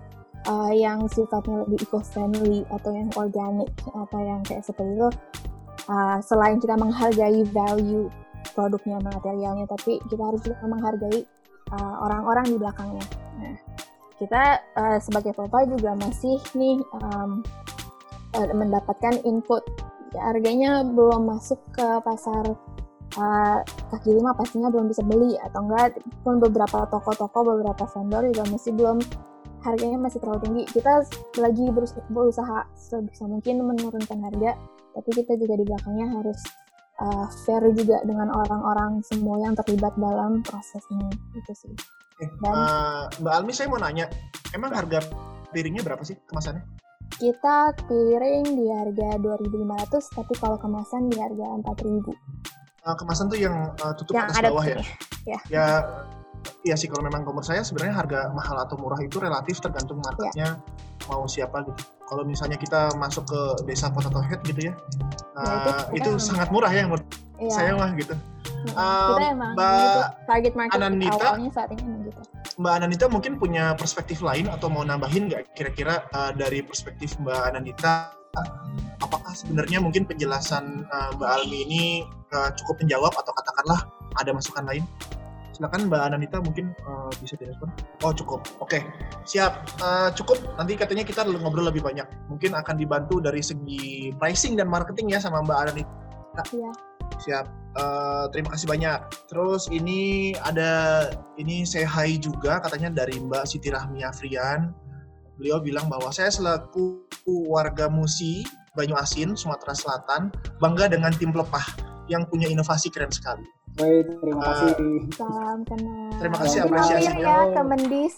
uh, yang sifatnya lebih eco-friendly atau yang organik atau yang kayak seperti itu, uh, selain kita menghargai value produknya, materialnya, tapi kita harus juga menghargai uh, orang-orang di belakangnya. Nah, kita uh, sebagai Popeye juga masih nih um, uh, mendapatkan input. Ya, harganya belum masuk ke pasar uh, kaki lima, pastinya belum bisa beli, atau enggak pun beberapa toko-toko, beberapa vendor juga masih belum, harganya masih terlalu tinggi. Kita lagi berusaha, berusaha sebisa mungkin menurunkan harga, tapi kita juga di belakangnya harus uh, fair juga dengan orang-orang semua yang terlibat dalam proses ini, gitu sih. Dan, uh, Mbak Almi, saya mau nanya, emang harga piringnya berapa sih kemasannya? Kita piring di harga dua ribu lima ratus, tapi kalau kemasan di harga empat ribu. Uh, kemasan tuh yang uh, tutup yang atas bawah ya? Ya. Ya, iya sih, kalau memang menurut saya sebenarnya harga mahal atau murah itu relatif tergantung marketnya, ya. Mau siapa gitu. Kalau misalnya kita masuk ke desa Potato Head gitu ya, uh, ya itu, itu sangat murah ya menurut ya. Saya mah gitu. Uh, kita emang Mbak gitu, target market Ananita, awalnya saat ini emang gitu. Mbak Ananita mungkin punya perspektif lain atau mau nambahin nggak kira-kira uh, dari perspektif Mbak Ananita, apakah sebenarnya mungkin penjelasan uh, Mbak Almi ini uh, cukup menjawab atau katakanlah ada masukan lain? Silakan Mbak Ananita mungkin uh, bisa direspon. Oh cukup, oke, okay. Siap, uh, cukup. Nanti katanya kita ngobrol lebih banyak. Mungkin akan dibantu dari segi pricing dan marketing ya sama Mbak Ananita. Iya. Siap, uh, terima kasih banyak. Terus ini ada, ini say hi juga katanya dari Mbak Siti Rahmi Afrian. Beliau bilang bahwa saya selaku warga Musi, Banyuasin, Sumatera Selatan, bangga dengan tim Pelepah yang punya inovasi keren sekali. Baik, terima kasih. Uh, Salam kenal. Terima kasih Kita apresiasinya. ya ke Mendis,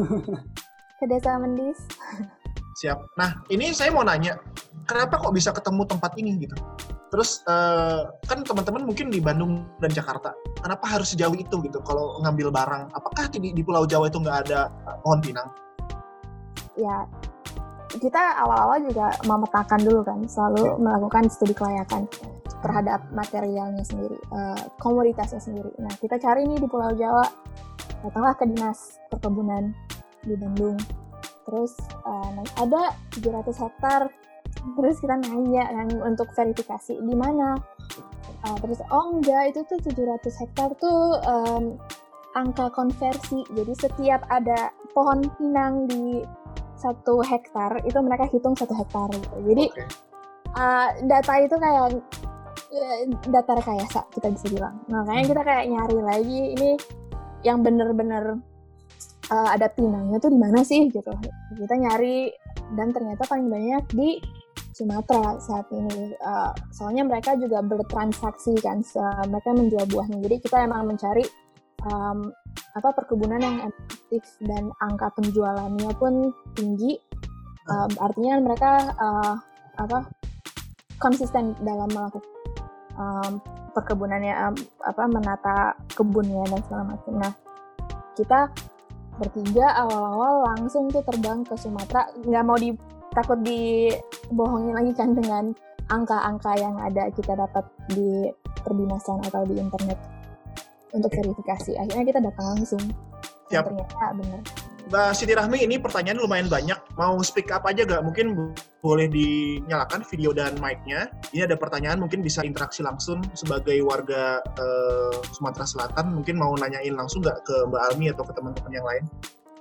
ke Desa Mendis. Siap. Nah, ini saya mau nanya, kenapa kok bisa ketemu tempat ini gitu? Terus uh, kan teman-teman mungkin di Bandung dan Jakarta, kenapa harus sejauh itu gitu kalau ngambil barang? Apakah di, di Pulau Jawa itu nggak ada pohon pinang? Ya, kita awal-awal juga memetakan dulu kan, selalu melakukan studi kelayakan terhadap materialnya sendiri, uh, komoditasnya sendiri. Nah, kita cari nih di Pulau Jawa, datanglah ke Dinas Perkebunan di Bandung. Terus uh, ada tujuh ratus hektar. Terus kita nanya kan untuk verifikasi di mana. Uh, terus oh enggak, itu tuh tujuh ratus hektar tuh um, angka konversi. Jadi setiap ada pohon pinang di satu hektar itu mereka hitung satu hektar gitu. Jadi okay. uh, data itu kayak uh, data rekayasa kita bisa bilang. Makanya kita kayak nyari lagi ini yang bener-bener uh, ada pinangnya tuh di mana sih gitu. Kita nyari dan ternyata paling banyak di Sumatera saat ini, uh, soalnya mereka juga bertransaksi kan, uh, mereka menjual buahnya. Jadi kita emang mencari um, apa perkebunan yang efektif dan angka penjualannya pun tinggi. Uh, artinya mereka uh, apa konsisten dalam melakukan um, perkebunannya, um, apa menata kebunnya dan segala macam. Nah, kita bertiga awal-awal langsung tuh terbang ke Sumatera, nggak mau di takut dibohongin lagi kan dengan angka-angka yang ada kita dapat di perdinasan atau di internet untuk verifikasi. Akhirnya kita datang langsung. Dan ternyata benar. Mbak Siti Rahmi, ini pertanyaan lumayan banyak. Mau speak up aja gak? Mungkin boleh dinyalakan video dan mic-nya. Ini ada pertanyaan, mungkin bisa interaksi langsung sebagai warga uh, Sumatera Selatan. Mungkin mau nanyain langsung gak ke Mbak Almi atau ke teman-teman yang lain?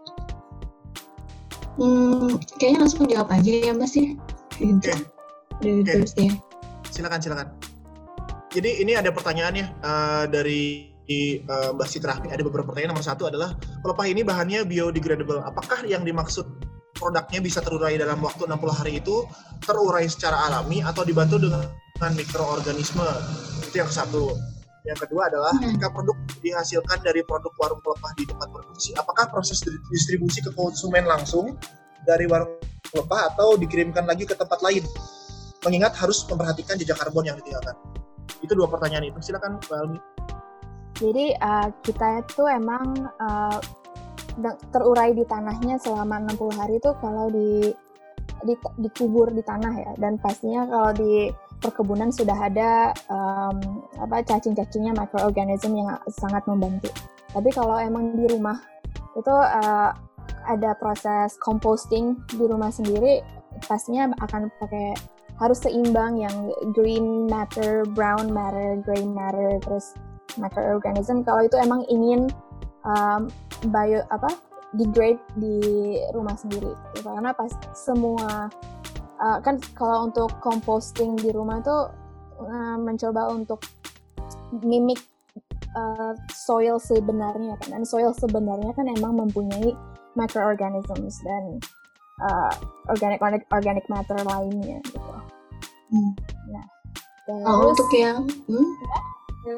Hmm, kayaknya langsung jawab aja ya Mas ya. Oke. Okay. Okay. Silakan silakan. Jadi ini ada pertanyaannya uh, dari uh, Mbak Siti Rahmi. Ada beberapa pertanyaan. Nomor satu adalah, pelepah ini bahannya biodegradable. Apakah yang dimaksud produknya bisa terurai dalam waktu enam puluh hari itu terurai secara alami atau dibantu dengan mikroorganisme? Itu yang satu. Yang kedua adalah, jika produk dihasilkan dari produk warung pelepah di tempat produksi, apakah proses distribusi ke konsumen langsung dari warung pelepah atau dikirimkan lagi ke tempat lain? Mengingat harus memperhatikan jejak karbon yang ditinggalkan. Itu dua pertanyaan itu. Silakan Mbak Almi. Jadi uh, kita itu emang uh, terurai di tanahnya selama enam puluh hari itu kalau di, di dikubur di tanah ya, dan pastinya kalau di perkebunan sudah ada um, apa cacing-cacingnya, microorganism yang sangat membantu. Tapi kalau emang di rumah itu uh, ada proses composting di rumah sendiri, pastinya akan pakai harus seimbang yang green matter, brown matter, gray matter, terus microorganism. Kalau itu emang ingin um, bio apa degrade di rumah sendiri, karena pas semua uh, kan kalau untuk composting di rumah tuh uh, mencoba untuk mimik uh, soil sebenarnya kan, dan soil sebenarnya kan emang mempunyai microorganisms dan uh, organic organic matter lainnya gitu. Hmm. Nah, terus, oh untuk yang hmm? ya,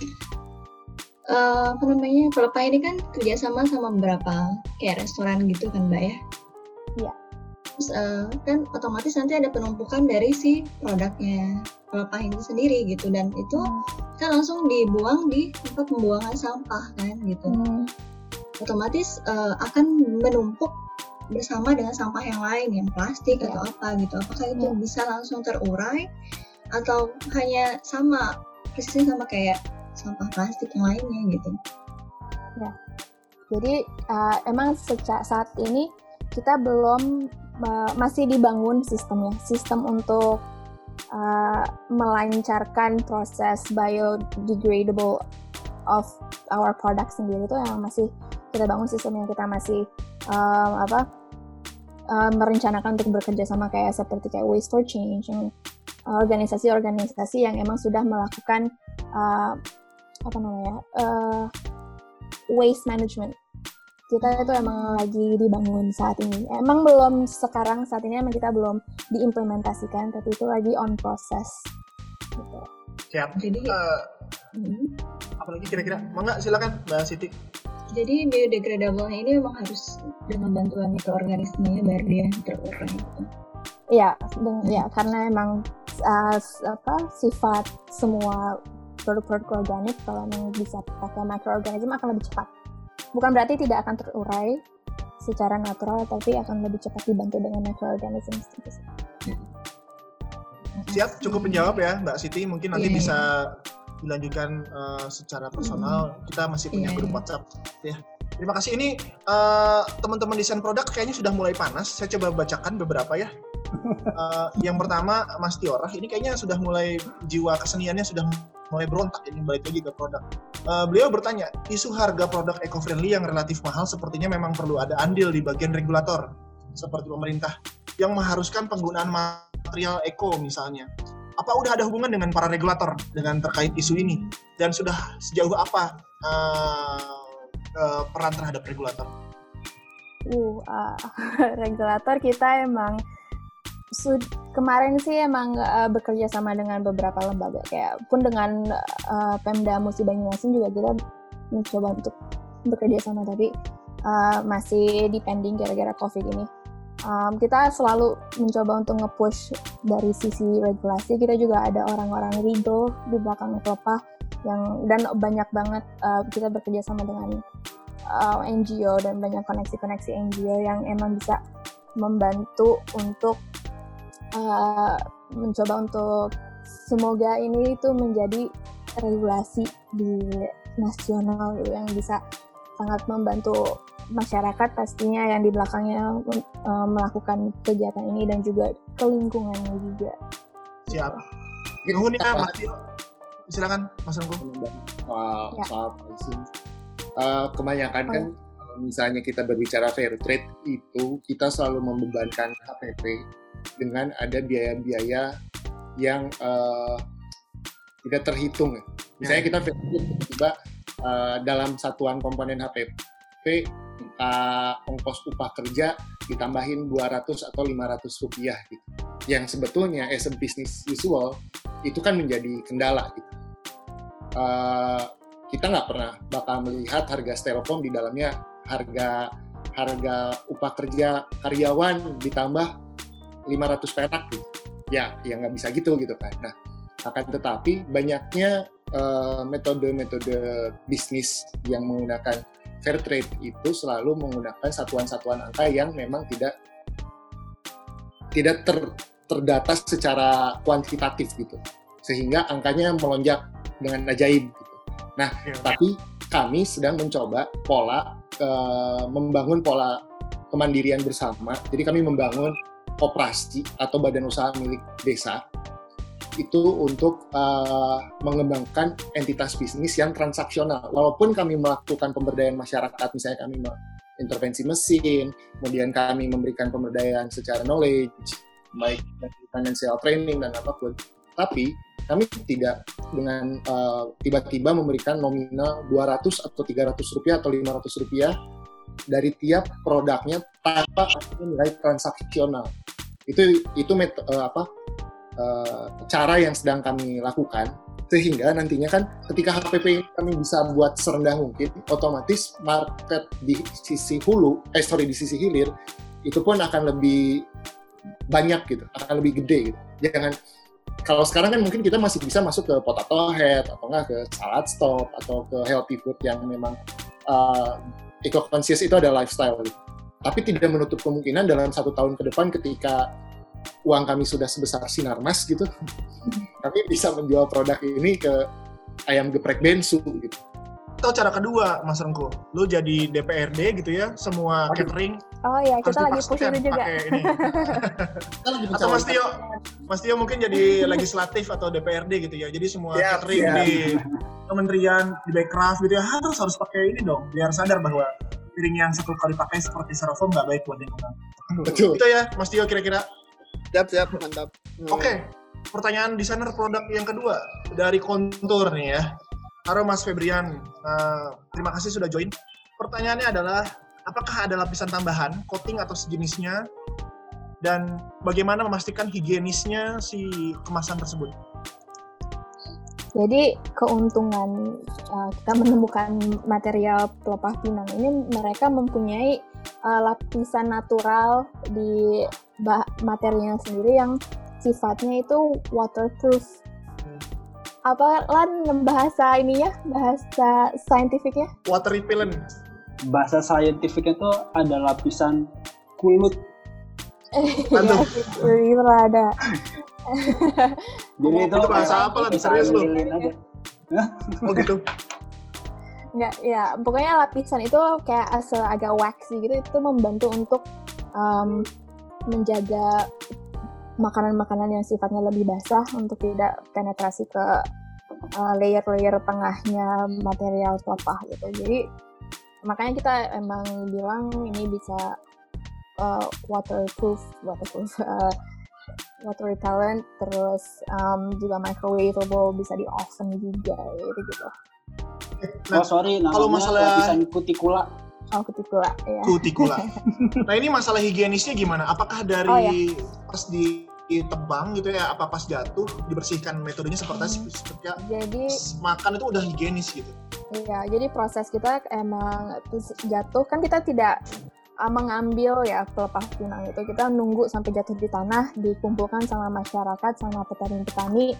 uh, apa namanya pelepah ini kan kerjasama sama beberapa kayak restoran gitu kan Mbak ya? Iya. Terus uh, kan otomatis nanti ada penumpukan dari si produknya pelepah itu sendiri gitu, dan itu kan langsung dibuang di tempat pembuangan sampah kan gitu. Hmm. Otomatis uh, akan menumpuk bersama dengan sampah yang lain, yang plastik yeah. atau apa gitu. Apakah itu yeah. bisa langsung terurai atau hanya sama persisnya sama kayak sampah plastik yang lainnya gitu? Ya, jadi uh, emang sejak saat ini kita belum uh, masih dibangun sistemnya, sistem untuk uh, melancarkan proses biodegradable of our product sendiri itu yang masih kita bangun sistem yang kita masih um, apa uh, merencanakan untuk bekerja sama kayak seperti kayak Waste for Change, yang uh, organisasi-organisasi yang emang sudah melakukan uh, apa namanya uh, waste management. Kita itu emang lagi dibangun saat ini. Emang belum sekarang saat ini emang kita belum diimplementasikan, tapi itu lagi on process. Gitu. Siap. Jadi, uh, hmm. apalagi kira-kira? Mangga silakan Mbak Siti. Jadi biodegradable-nya ini memang harus dengan bantuan mikroorganismenya biar dia terurai. Iya, ya karena emang uh, apa sifat semua produk-produk organik kalau memang bisa pakai mikroorganisme akan lebih cepat. Bukan berarti tidak akan terurai secara natural, tapi akan lebih cepat dibantu dengan mikroorganisme. Siap, cukup menjawab ya Mbak Siti. Mungkin nanti yeah. bisa dilanjutkan uh, secara personal. Mm. Kita masih punya yeah. grup WhatsApp ya. Terima kasih. Ini uh, teman-teman desain produk kayaknya sudah mulai panas. Saya coba bacakan beberapa ya. Uh, yang pertama Mas Tiorah, ini kayaknya sudah mulai jiwa keseniannya sudah mulai berontak, ini balik lagi ke produk. Uh, beliau bertanya, isu harga produk eco-friendly yang relatif mahal sepertinya memang perlu ada andil di bagian regulator seperti pemerintah yang mengharuskan penggunaan material eco misalnya. Apa udah ada hubungan dengan para regulator dengan terkait isu ini, dan sudah sejauh apa uh, uh, peran terhadap regulator? Uh, uh regulator kita emang Sud- kemarin sih emang uh, bekerja sama dengan beberapa lembaga, kayak pun dengan uh, Pemda Musi Banyuasin juga kita mencoba untuk bekerja sama, tapi uh, masih depending gara-gara COVID ini. Um, kita selalu mencoba untuk nge-push dari sisi regulasi. Kita juga ada orang-orang legal di belakang pelepah yang, dan banyak banget uh, kita bekerja sama dengan uh, N G O dan banyak koneksi-koneksi N G O yang emang bisa membantu untuk Uh, mencoba untuk semoga ini itu menjadi regulasi di nasional yang bisa sangat membantu masyarakat pastinya yang di belakangnya uh, melakukan kegiatan ini, dan juga ke lingkungannya juga. Siap. Nuhun ya Mas Tio. Silakan Mas Rengku. Wow, ya. maaf. Uh, kebanyakan oh. kan misalnya kita berbicara fair trade itu kita selalu membebankan H P P dengan ada biaya-biaya yang uh, tidak terhitung. Misalnya kita tiba-tiba uh, dalam satuan komponen H P P uh, ongkos upah kerja ditambahin dua ratus atau lima ratus rupiah gitu. Yang sebetulnya as a business usual itu kan menjadi kendala gitu. Uh, kita nggak pernah bakal melihat harga styrofoam di dalamnya harga harga upah kerja karyawan ditambah lima ratus perak gitu. Ya, ya nggak bisa gitu gitu kan. Nah, akan tetapi banyaknya uh, metode-metode bisnis yang menggunakan fair trade itu selalu menggunakan satuan-satuan angka yang memang tidak tidak ter, terdata secara kuantitatif gitu. Sehingga angkanya melonjak dengan ajaib gitu. Nah, ya, tapi kami sedang mencoba pola uh, membangun pola kemandirian bersama. Jadi kami membangun koperasi atau badan usaha milik desa itu untuk uh, mengembangkan entitas bisnis yang transaksional. Walaupun kami melakukan pemberdayaan masyarakat, misalnya kami intervensi mesin, kemudian kami memberikan pemberdayaan secara knowledge, baik dari financial training dan apapun, tapi kami tidak dengan uh, tiba-tiba memberikan nominal dua ratus atau tiga ratus rupiah atau lima ratus rupiah dari tiap produknya tanpa nilai transaksional. Itu itu met, uh, apa uh, cara yang sedang kami lakukan, sehingga nantinya kan ketika H P P kami bisa buat serendah mungkin, otomatis market di sisi hulu, eh sorry di sisi hilir itu pun akan lebih banyak gitu, akan lebih gede gitu. Jangan kalau sekarang kan mungkin kita masih bisa masuk ke potato head atau enggak ke salad stop atau ke healthy food yang memang uh, eco-conscious itu ada lifestyle gitu. Tapi tidak menutup kemungkinan dalam satu tahun ke depan ketika uang kami sudah sebesar Sinarmas gitu, kami bisa menjual produk ini ke ayam geprek bensu gitu. Atau cara kedua, Mas Rengko, lu jadi D P R D gitu ya, semua catering. Oh iya, kita lagi push itu juga. Ini. Atau Mas Tio, Mas Tio mungkin jadi legislatif atau D P R D gitu ya. Jadi semua yeah, catering yeah. di kementerian, di Backcraft gitu ya, harus harus pakai ini dong, biar sadar bahwa piring yang satu kali pakai seperti styrofoam nggak baik buat lingkungan. Betul. Itu ya, Mas Tio kira-kira. Siap, siap, mantap. Hmm. Oke, okay. Pertanyaan desainer produk yang kedua dari Kontur nih ya. Halo Mas Febrian, uh, terima kasih sudah join. Pertanyaannya adalah, apakah ada lapisan tambahan, coating atau sejenisnya, dan bagaimana memastikan higienisnya si kemasan tersebut? Jadi keuntungan uh, kita menemukan material pelepah pinang ini, mereka mempunyai uh, lapisan natural di bah- materinya sendiri yang sifatnya itu waterproof. Apa Lan bahasa ininya, bahasa saintifiknya? Water repellent. Bahasa saintifiknya itu ada lapisan kulut. Mantap. Itu ada. Jadi itu bahasa apa lah? Serius lu? Oh gitu. Enggak, ya pokoknya lapisan itu kayak asal agak waxy gitu, itu membantu untuk um, menjaga makanan-makanan yang sifatnya lebih basah untuk tidak penetrasi ke uh, layer-layer tengahnya material pelepah gitu. Jadi makanya kita emang bilang ini bisa uh, waterproof, waterproof, uh, water repellent, terus um, juga microwavable, bisa di oven juga gitu gitu. Nah, oh sorry, kalau masalah lapisan kutikula. Oh, kutikula, ya. Kutikula. Nah, ini masalah higienisnya gimana? Apakah dari oh, ya. pas ditebang gitu ya, apa pas jatuh dibersihkan, metodenya seperti hmm. seperti jadi makan itu udah higienis gitu? Iya, jadi proses kita emang jatuh kan kita tidak uh, mengambil ya pelepah pinang itu, kita nunggu sampai jatuh di tanah, dikumpulkan sama masyarakat, sama petani-petani,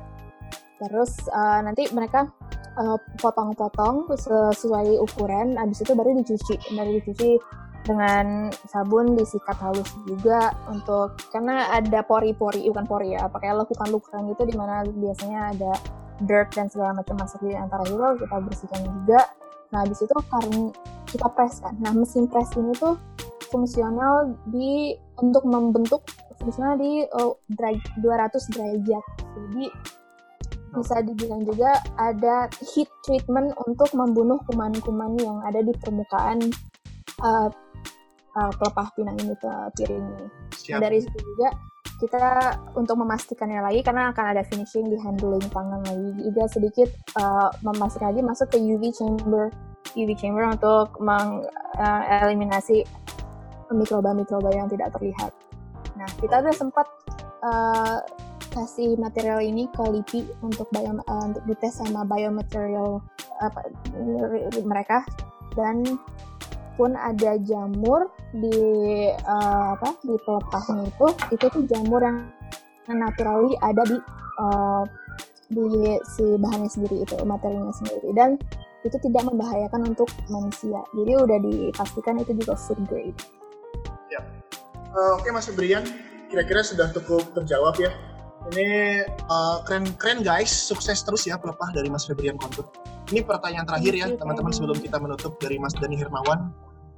terus uh, nanti mereka Uh, potong-potong sesuai ukuran, abis itu baru dicuci, baru dicuci dengan sabun, disikat halus juga untuk, karena ada pori-pori, bukan pori ya, pakai lekukan-lekukan gitu di mana biasanya ada dirt dan segala macam masuk di antara itu, kita bersihkan juga. Nah abis itu karena kita press kan, nah mesin press ini tuh fungsional di untuk membentuk fungsional di uh, dua ratus derajat, jadi bisa dibilang juga ada heat treatment untuk membunuh kuman-kuman yang ada di permukaan uh, uh, pelepah pinang ini ke piring ini. Nah, dari situ juga kita untuk memastikannya lagi, karena akan ada finishing di handling tangan lagi, juga sedikit uh, memastikan lagi masuk ke U V chamber, U V chamber untuk mengeliminasi uh, mikroba-mikroba yang tidak terlihat. Nah kita udah sempat uh, kasih material ini ke L I P I untuk bio, uh, untuk dites sama biomaterial uh, mereka, dan pun ada jamur di uh, apa di pelepahnya itu itu tuh jamur yang naturally ada di uh, di si bahannya sendiri, itu materialnya sendiri, dan itu tidak membahayakan untuk manusia, jadi udah dipastikan itu juga food grade. Ya. Uh, Oke okay, Mas Febrian, kira-kira sudah cukup terjawab ya. Ini uh, keren-keren guys, sukses terus ya pelepah dari Mas Febrian Kontur. Ini pertanyaan terakhir ya teman-teman sebelum kita menutup dari Mas Dani Hermawan.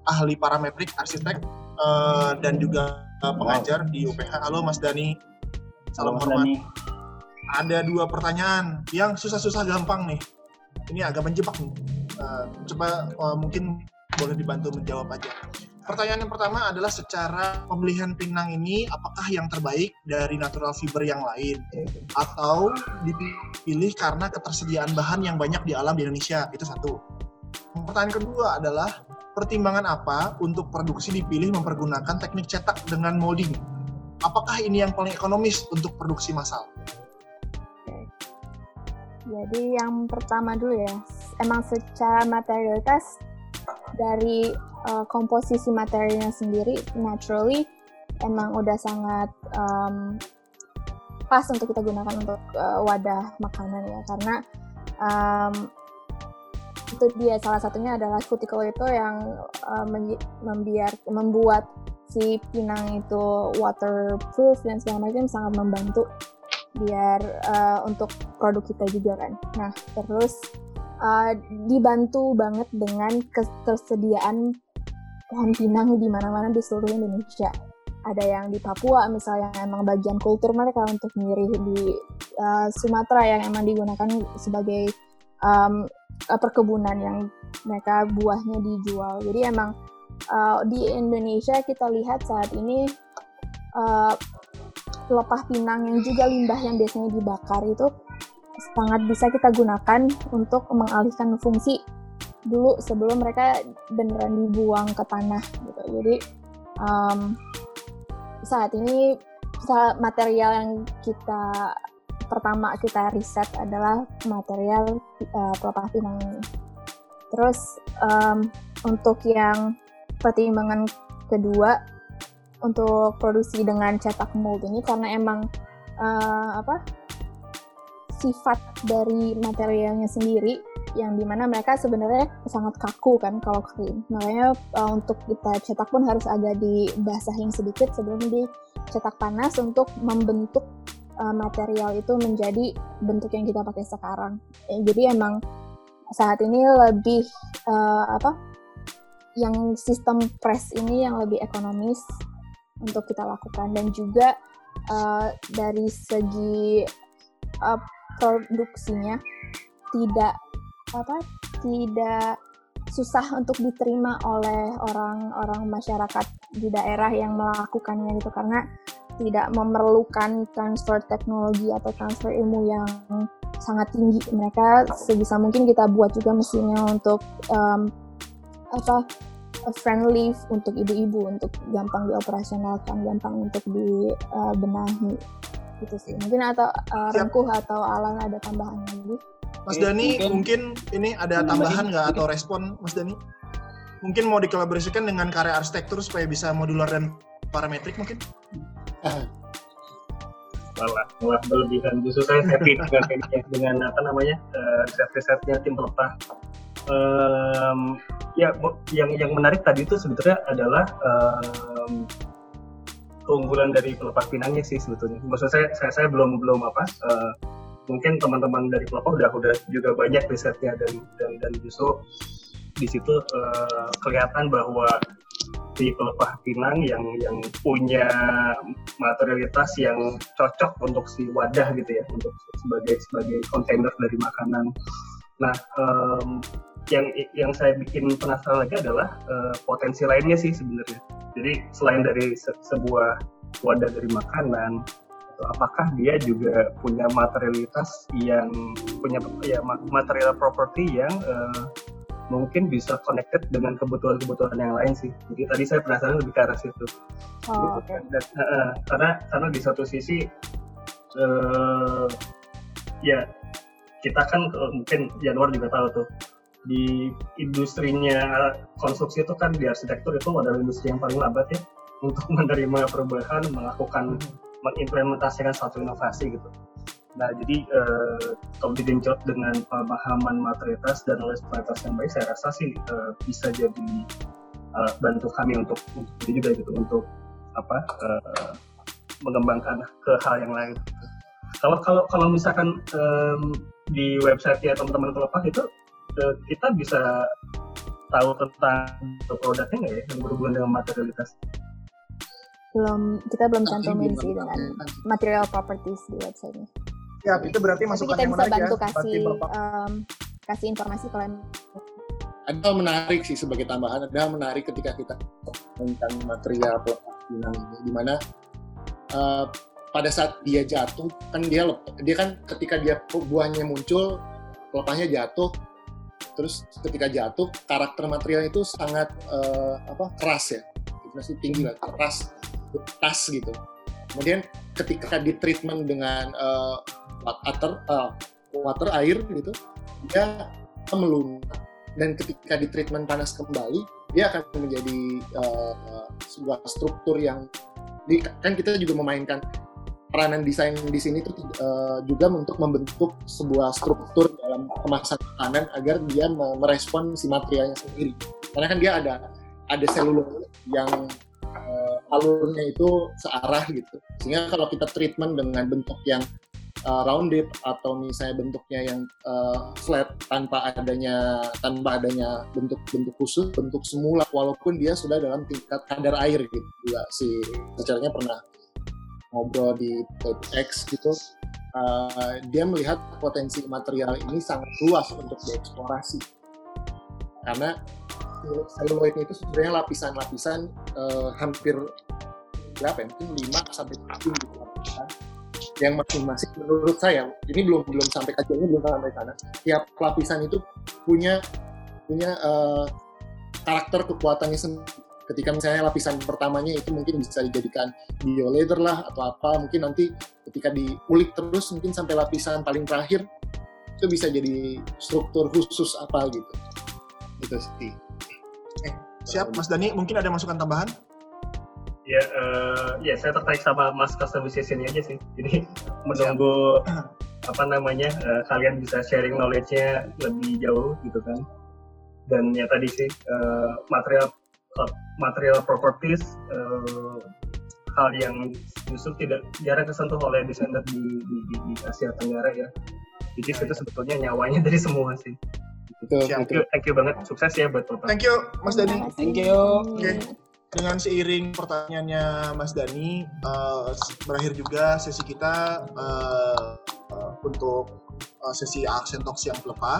ahli parametrik, arsitek, uh, dan juga uh, pengajar wow. di U P H. Halo Mas Dani, salam Halo, hormat. Dani. Ada dua pertanyaan yang susah-susah gampang nih. Ini agak menjebak nih. Uh, coba uh, mungkin boleh dibantu menjawab aja. Pertanyaan yang pertama adalah secara pemilihan pinang ini apakah yang terbaik dari natural fiber yang lain atau dipilih karena ketersediaan bahan yang banyak di alam di Indonesia? Itu satu. Pertanyaan kedua adalah pertimbangan apa untuk produksi dipilih mempergunakan teknik cetak dengan molding? Apakah ini yang paling ekonomis untuk produksi massal? Jadi yang pertama dulu ya, emang secara materialitas dari uh, komposisi materialnya sendiri naturally emang udah sangat um, pas untuk kita gunakan untuk uh, wadah makanan ya, karena um, itu dia salah satunya adalah cuticle itu yang uh, membiar membuat si pinang itu waterproof dan segala macam, sangat membantu biar uh, untuk produk kita juga kan. Nah terus uh, dibantu banget dengan ketersediaan pohon pinang di mana-mana di seluruh Indonesia. Ada yang di Papua misalnya yang emang bagian kultur mereka untuk ngirih, di uh, Sumatera yang emang digunakan sebagai um, perkebunan yang mereka buahnya dijual. Jadi emang uh, di Indonesia kita lihat saat ini uh, pelepah pinang yang juga limbah yang biasanya dibakar itu sangat bisa kita gunakan untuk mengalihkan fungsi dulu sebelum mereka beneran dibuang ke tanah gitu. Jadi um, saat ini material yang kita pertama kita riset adalah material uh, pelepah pinang ini. Terus um, untuk yang pertimbangan kedua untuk produksi dengan cetak mold ini karena emang uh, apa sifat dari materialnya sendiri yang dimana mereka sebenarnya sangat kaku kan kalau kering, makanya uh, untuk kita cetak pun harus agak dibasahin sedikit sebelum dicetak panas untuk membentuk uh, material itu menjadi bentuk yang kita pakai sekarang. Eh, jadi emang saat ini lebih uh, apa yang sistem press ini yang lebih ekonomis untuk kita lakukan, dan juga uh, dari segi uh, produksinya tidak apa tidak susah untuk diterima oleh orang-orang masyarakat di daerah yang melakukannya gitu, karena tidak memerlukan transfer teknologi atau transfer ilmu yang sangat tinggi. Mereka sebisa mungkin kita buat juga mesinnya untuk um, apa friendly untuk ibu-ibu, untuk gampang dioperasionalkan, gampang untuk dibenahi uh, gitu sih. Mungkin atau uh, Rengkuh atau Alan ada tambahan lagi? Mas Dani, mungkin, mungkin ini ada tambahan nggak atau respon Mas Dani? Mungkin mau dikolaborasikan dengan karya arsitektur supaya bisa modular dan parametrik mungkin? Malah, malah berlebihan. Justru saya happy dengan dengan apa namanya uh, riset-risetnya tim pelepah. Um, ya yang yang menarik tadi itu sebetulnya adalah um, keunggulan dari pelepah pinangnya sih sebetulnya. Maksud saya saya, saya belum belum apa uh, mungkin teman-teman dari pelepah udah udah juga banyak risetnya dan dan dan justru di situ uh, kelihatan bahwa di pelepah pinang yang yang punya materialitas yang cocok untuk si wadah gitu ya, untuk sebagai sebagai kontainer dari makanan. Nah, um, yang yang saya bikin penasaran lagi adalah uh, potensi lainnya sih sebenarnya. Jadi selain dari se- sebuah wadah dari makanan, apakah dia juga punya materialitas yang punya ya material property yang uh, mungkin bisa connected dengan kebutuhan-kebutuhan yang lain sih. Jadi tadi saya penasaran lebih ke arah situ. Oh, gitu. okay. Dan, uh, karena karena di satu sisi uh, ya kita kan uh, mungkin Januar juga tahu tuh di industrinya konstruksi itu kan di arsitektur itu adalah industri yang paling lambat ya untuk menerima perubahan, melakukan mengimplementasikan satu inovasi gitu. Nah, jadi eh, kalau digenjot dengan pemahaman materialitas dan kualitas yang baik, saya rasa sih eh, bisa jadi eh, bantu kami untuk untuk juga gitu untuk apa eh, mengembangkan ke hal yang lain. Gitu. Kalau kalau kalau misalkan eh, di website ya teman-teman pelepah itu eh, kita bisa tahu tentang produknya nggak ya yang berhubungan dengan materialitas? Belum, kita belum Tapi cantumin belum sih ada dengan aplikasi. material properties di websitenya. Ya, itu berarti Tapi masukan kita yang bisa menarik bantu ya. Berarti kasih Bapak. um, kasih informasi kalau Ada hal menarik sih sebagai tambahan, ada hal menarik ketika kita tentang material pelepas benang ini, di mana uh, pada saat dia jatuh kan dia lep- dia kan ketika dia buahnya muncul pelepahnya jatuh, terus ketika jatuh karakter material itu sangat uh, apa keras ya, masih tinggi lah, keras, tas gitu. Kemudian ketika di treatment dengan uh, water uh, water air gitu, dia melunak, dan ketika di treatment panas kembali dia akan menjadi uh, sebuah struktur yang di, kan kita juga memainkan peranan desain di sini tuh uh, juga untuk membentuk sebuah struktur dalam kemasan makanan agar dia merespon si materialnya sendiri, karena kan dia ada ada selulose yang uh, alurnya itu searah gitu, sehingga kalau kita treatment dengan bentuk yang uh, rounded atau misalnya bentuknya yang uh, flat tanpa adanya tanpa adanya bentuk-bentuk khusus, bentuk semula, walaupun dia sudah dalam tingkat kadar air gitu. Juga si secaranya pernah ngobrol di TEDx gitu, uh, dia melihat potensi material ini sangat luas untuk dieksplorasi, karena seluloid itu sebenarnya lapisan-lapisan uh, hampir berapa ya, mungkin lima sampai tujuh gitu lapisan, yang masing-masing menurut saya ini belum belum sampai kajiannya belum sampai sana. Tiap lapisan itu punya punya uh, karakter kekuatannya sendiri. Ketika misalnya lapisan pertamanya itu mungkin bisa dijadikan bioleather lah atau apa, mungkin nanti ketika diulik terus mungkin sampai lapisan paling terakhir itu bisa jadi struktur khusus apa gitu. Gitu sih. Eh, siap, Mas Dani, mungkin ada masukan tambahan? Ya, uh, ya saya tertarik sama mass customization-nya aja sih. Jadi menunggu apa namanya uh, kalian bisa sharing knowledge-nya lebih jauh gitu kan. Dan ya tadi sih uh, material uh, material properties uh, hal yang justru tidak jarang kesentuh oleh desainer di, di, di, di Asia Tenggara ya. Jadi itu sebetulnya nyawanya dari semua sih. Betul, Siap. Thank you, thank you banget, sukses ya buat Bapak. Thank you, Mas Dani. Thank you. Oke. Dengan seiring pertanyaannya Mas Dani, uh, berakhir juga sesi kita uh, uh, untuk uh, sesi Accent Talks yang pelepah.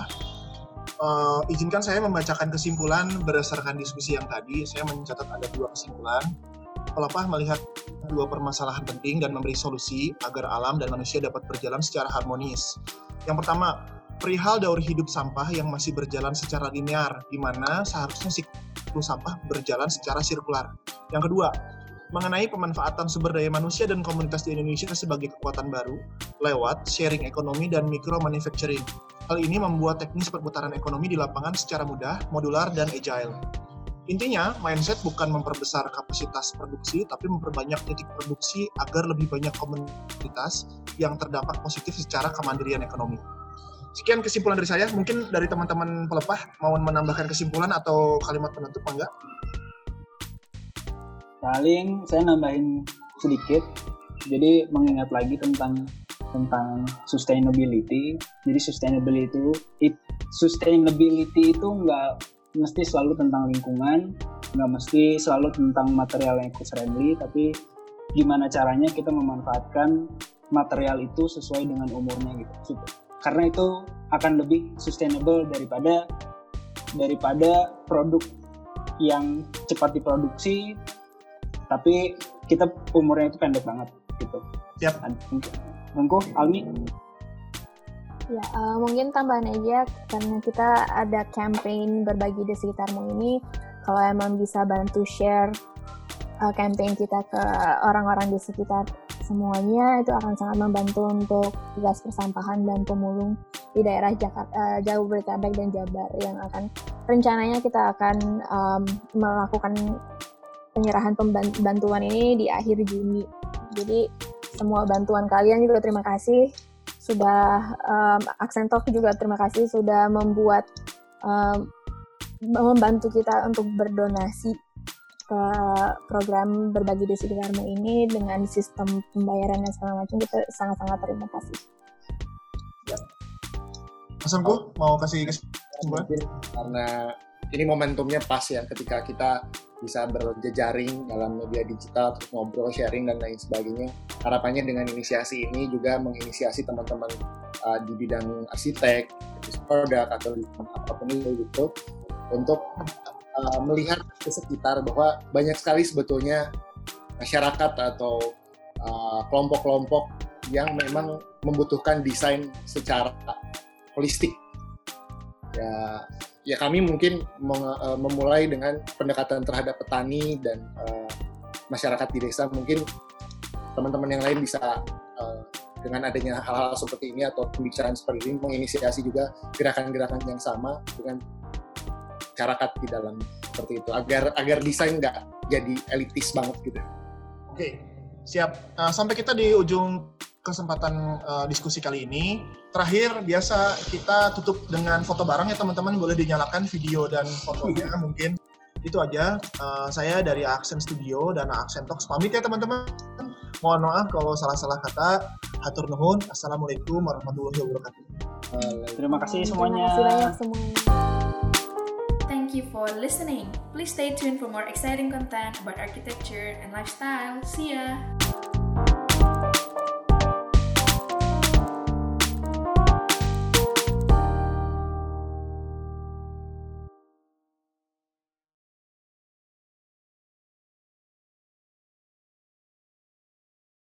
Uh, izinkan saya membacakan kesimpulan berdasarkan diskusi yang tadi. Saya mencatat ada dua kesimpulan. Pelepah melihat dua permasalahan penting dan memberi solusi agar alam dan manusia dapat berjalan secara harmonis. Yang pertama, perihal daur hidup sampah yang masih berjalan secara linear, di mana seharusnya siklus sampah berjalan secara sirkular. Yang kedua, mengenai pemanfaatan sumber daya manusia dan komunitas di Indonesia sebagai kekuatan baru lewat sharing ekonomi dan micro manufacturing. Hal ini membuat teknis perputaran ekonomi di lapangan secara mudah, modular, dan agile. Intinya, mindset bukan memperbesar kapasitas produksi, tapi memperbanyak titik produksi agar lebih banyak komunitas yang terdampak positif secara kemandirian ekonomi. Sekian kesimpulan dari saya. Mungkin dari teman-teman pelepah mau menambahkan kesimpulan atau kalimat penutup enggak? Paling saya nambahin sedikit. Jadi mengingat lagi tentang tentang sustainability. Jadi sustainability itu it, sustainability itu nggak mesti selalu tentang lingkungan, nggak mesti selalu tentang material yang eco-friendly, tapi gimana caranya kita memanfaatkan material itu sesuai dengan umurnya gitu. Karena itu akan lebih sustainable daripada daripada produk yang cepat diproduksi tapi kita umurnya itu pendek banget gitu. Siap. Monggo, Almi. Ya, uh, mungkin tambahan aja karena kita ada campaign berbagi di sekitarmu ini. Kalau emang bisa bantu share uh, campaign kita ke orang-orang di sekitar semuanya, itu akan sangat membantu untuk tugas persampahan dan pemulung di daerah Jakarta, uh, Jabodetabek dan Jabar yang akan rencananya kita akan um, melakukan penyerahan bantuan ini di akhir Juni. Jadi semua bantuan kalian juga terima kasih. Sudah um, Accent Talk juga terima kasih sudah membuat um, membantu kita untuk berdonasi ke program berbagi di sekitarmu ini dengan sistem pembayaran dan segala macam. Kita sangat-sangat terima kasih. Ya. Mas Angku, mau kasih kesimpulan? Mungkin karena ini momentumnya pas ya ketika kita bisa berjejaring dalam media digital, terus ngobrol, sharing dan lain sebagainya. Harapannya dengan inisiasi ini juga menginisiasi teman-teman uh, di bidang arsitek, produk atau di apapun itu gitu, untuk uh, melihat ke sekitar bahwa banyak sekali sebetulnya masyarakat atau uh, kelompok-kelompok yang memang membutuhkan desain secara holistik. Ya, ya kami mungkin meng- uh, memulai dengan pendekatan terhadap petani dan uh, masyarakat di desa. Mungkin teman-teman yang lain bisa uh, dengan adanya hal-hal seperti ini atau pembicaraan seperti ini menginisiasi juga gerakan-gerakan yang sama dengan masyarakat di dalam seperti itu, agar agar desain nggak jadi elitis banget gitu. Oke, siap. Uh, sampai kita di ujung kesempatan uh, diskusi kali ini. Terakhir, biasa kita tutup dengan foto bareng ya teman-teman. Boleh dinyalakan video dan fotonya mungkin. Itu aja. Uh, saya dari Aksen Studio dan Aksen Talks pamit ya teman-teman. Mohon maaf kalau salah-salah kata. Hatur nuhun. Assalamualaikum warahmatullahi wabarakatuh. Terima kasih semuanya. Terima kasih banyak semuanya. Thank you for listening. Please stay tuned for more exciting content about architecture and lifestyle. See ya!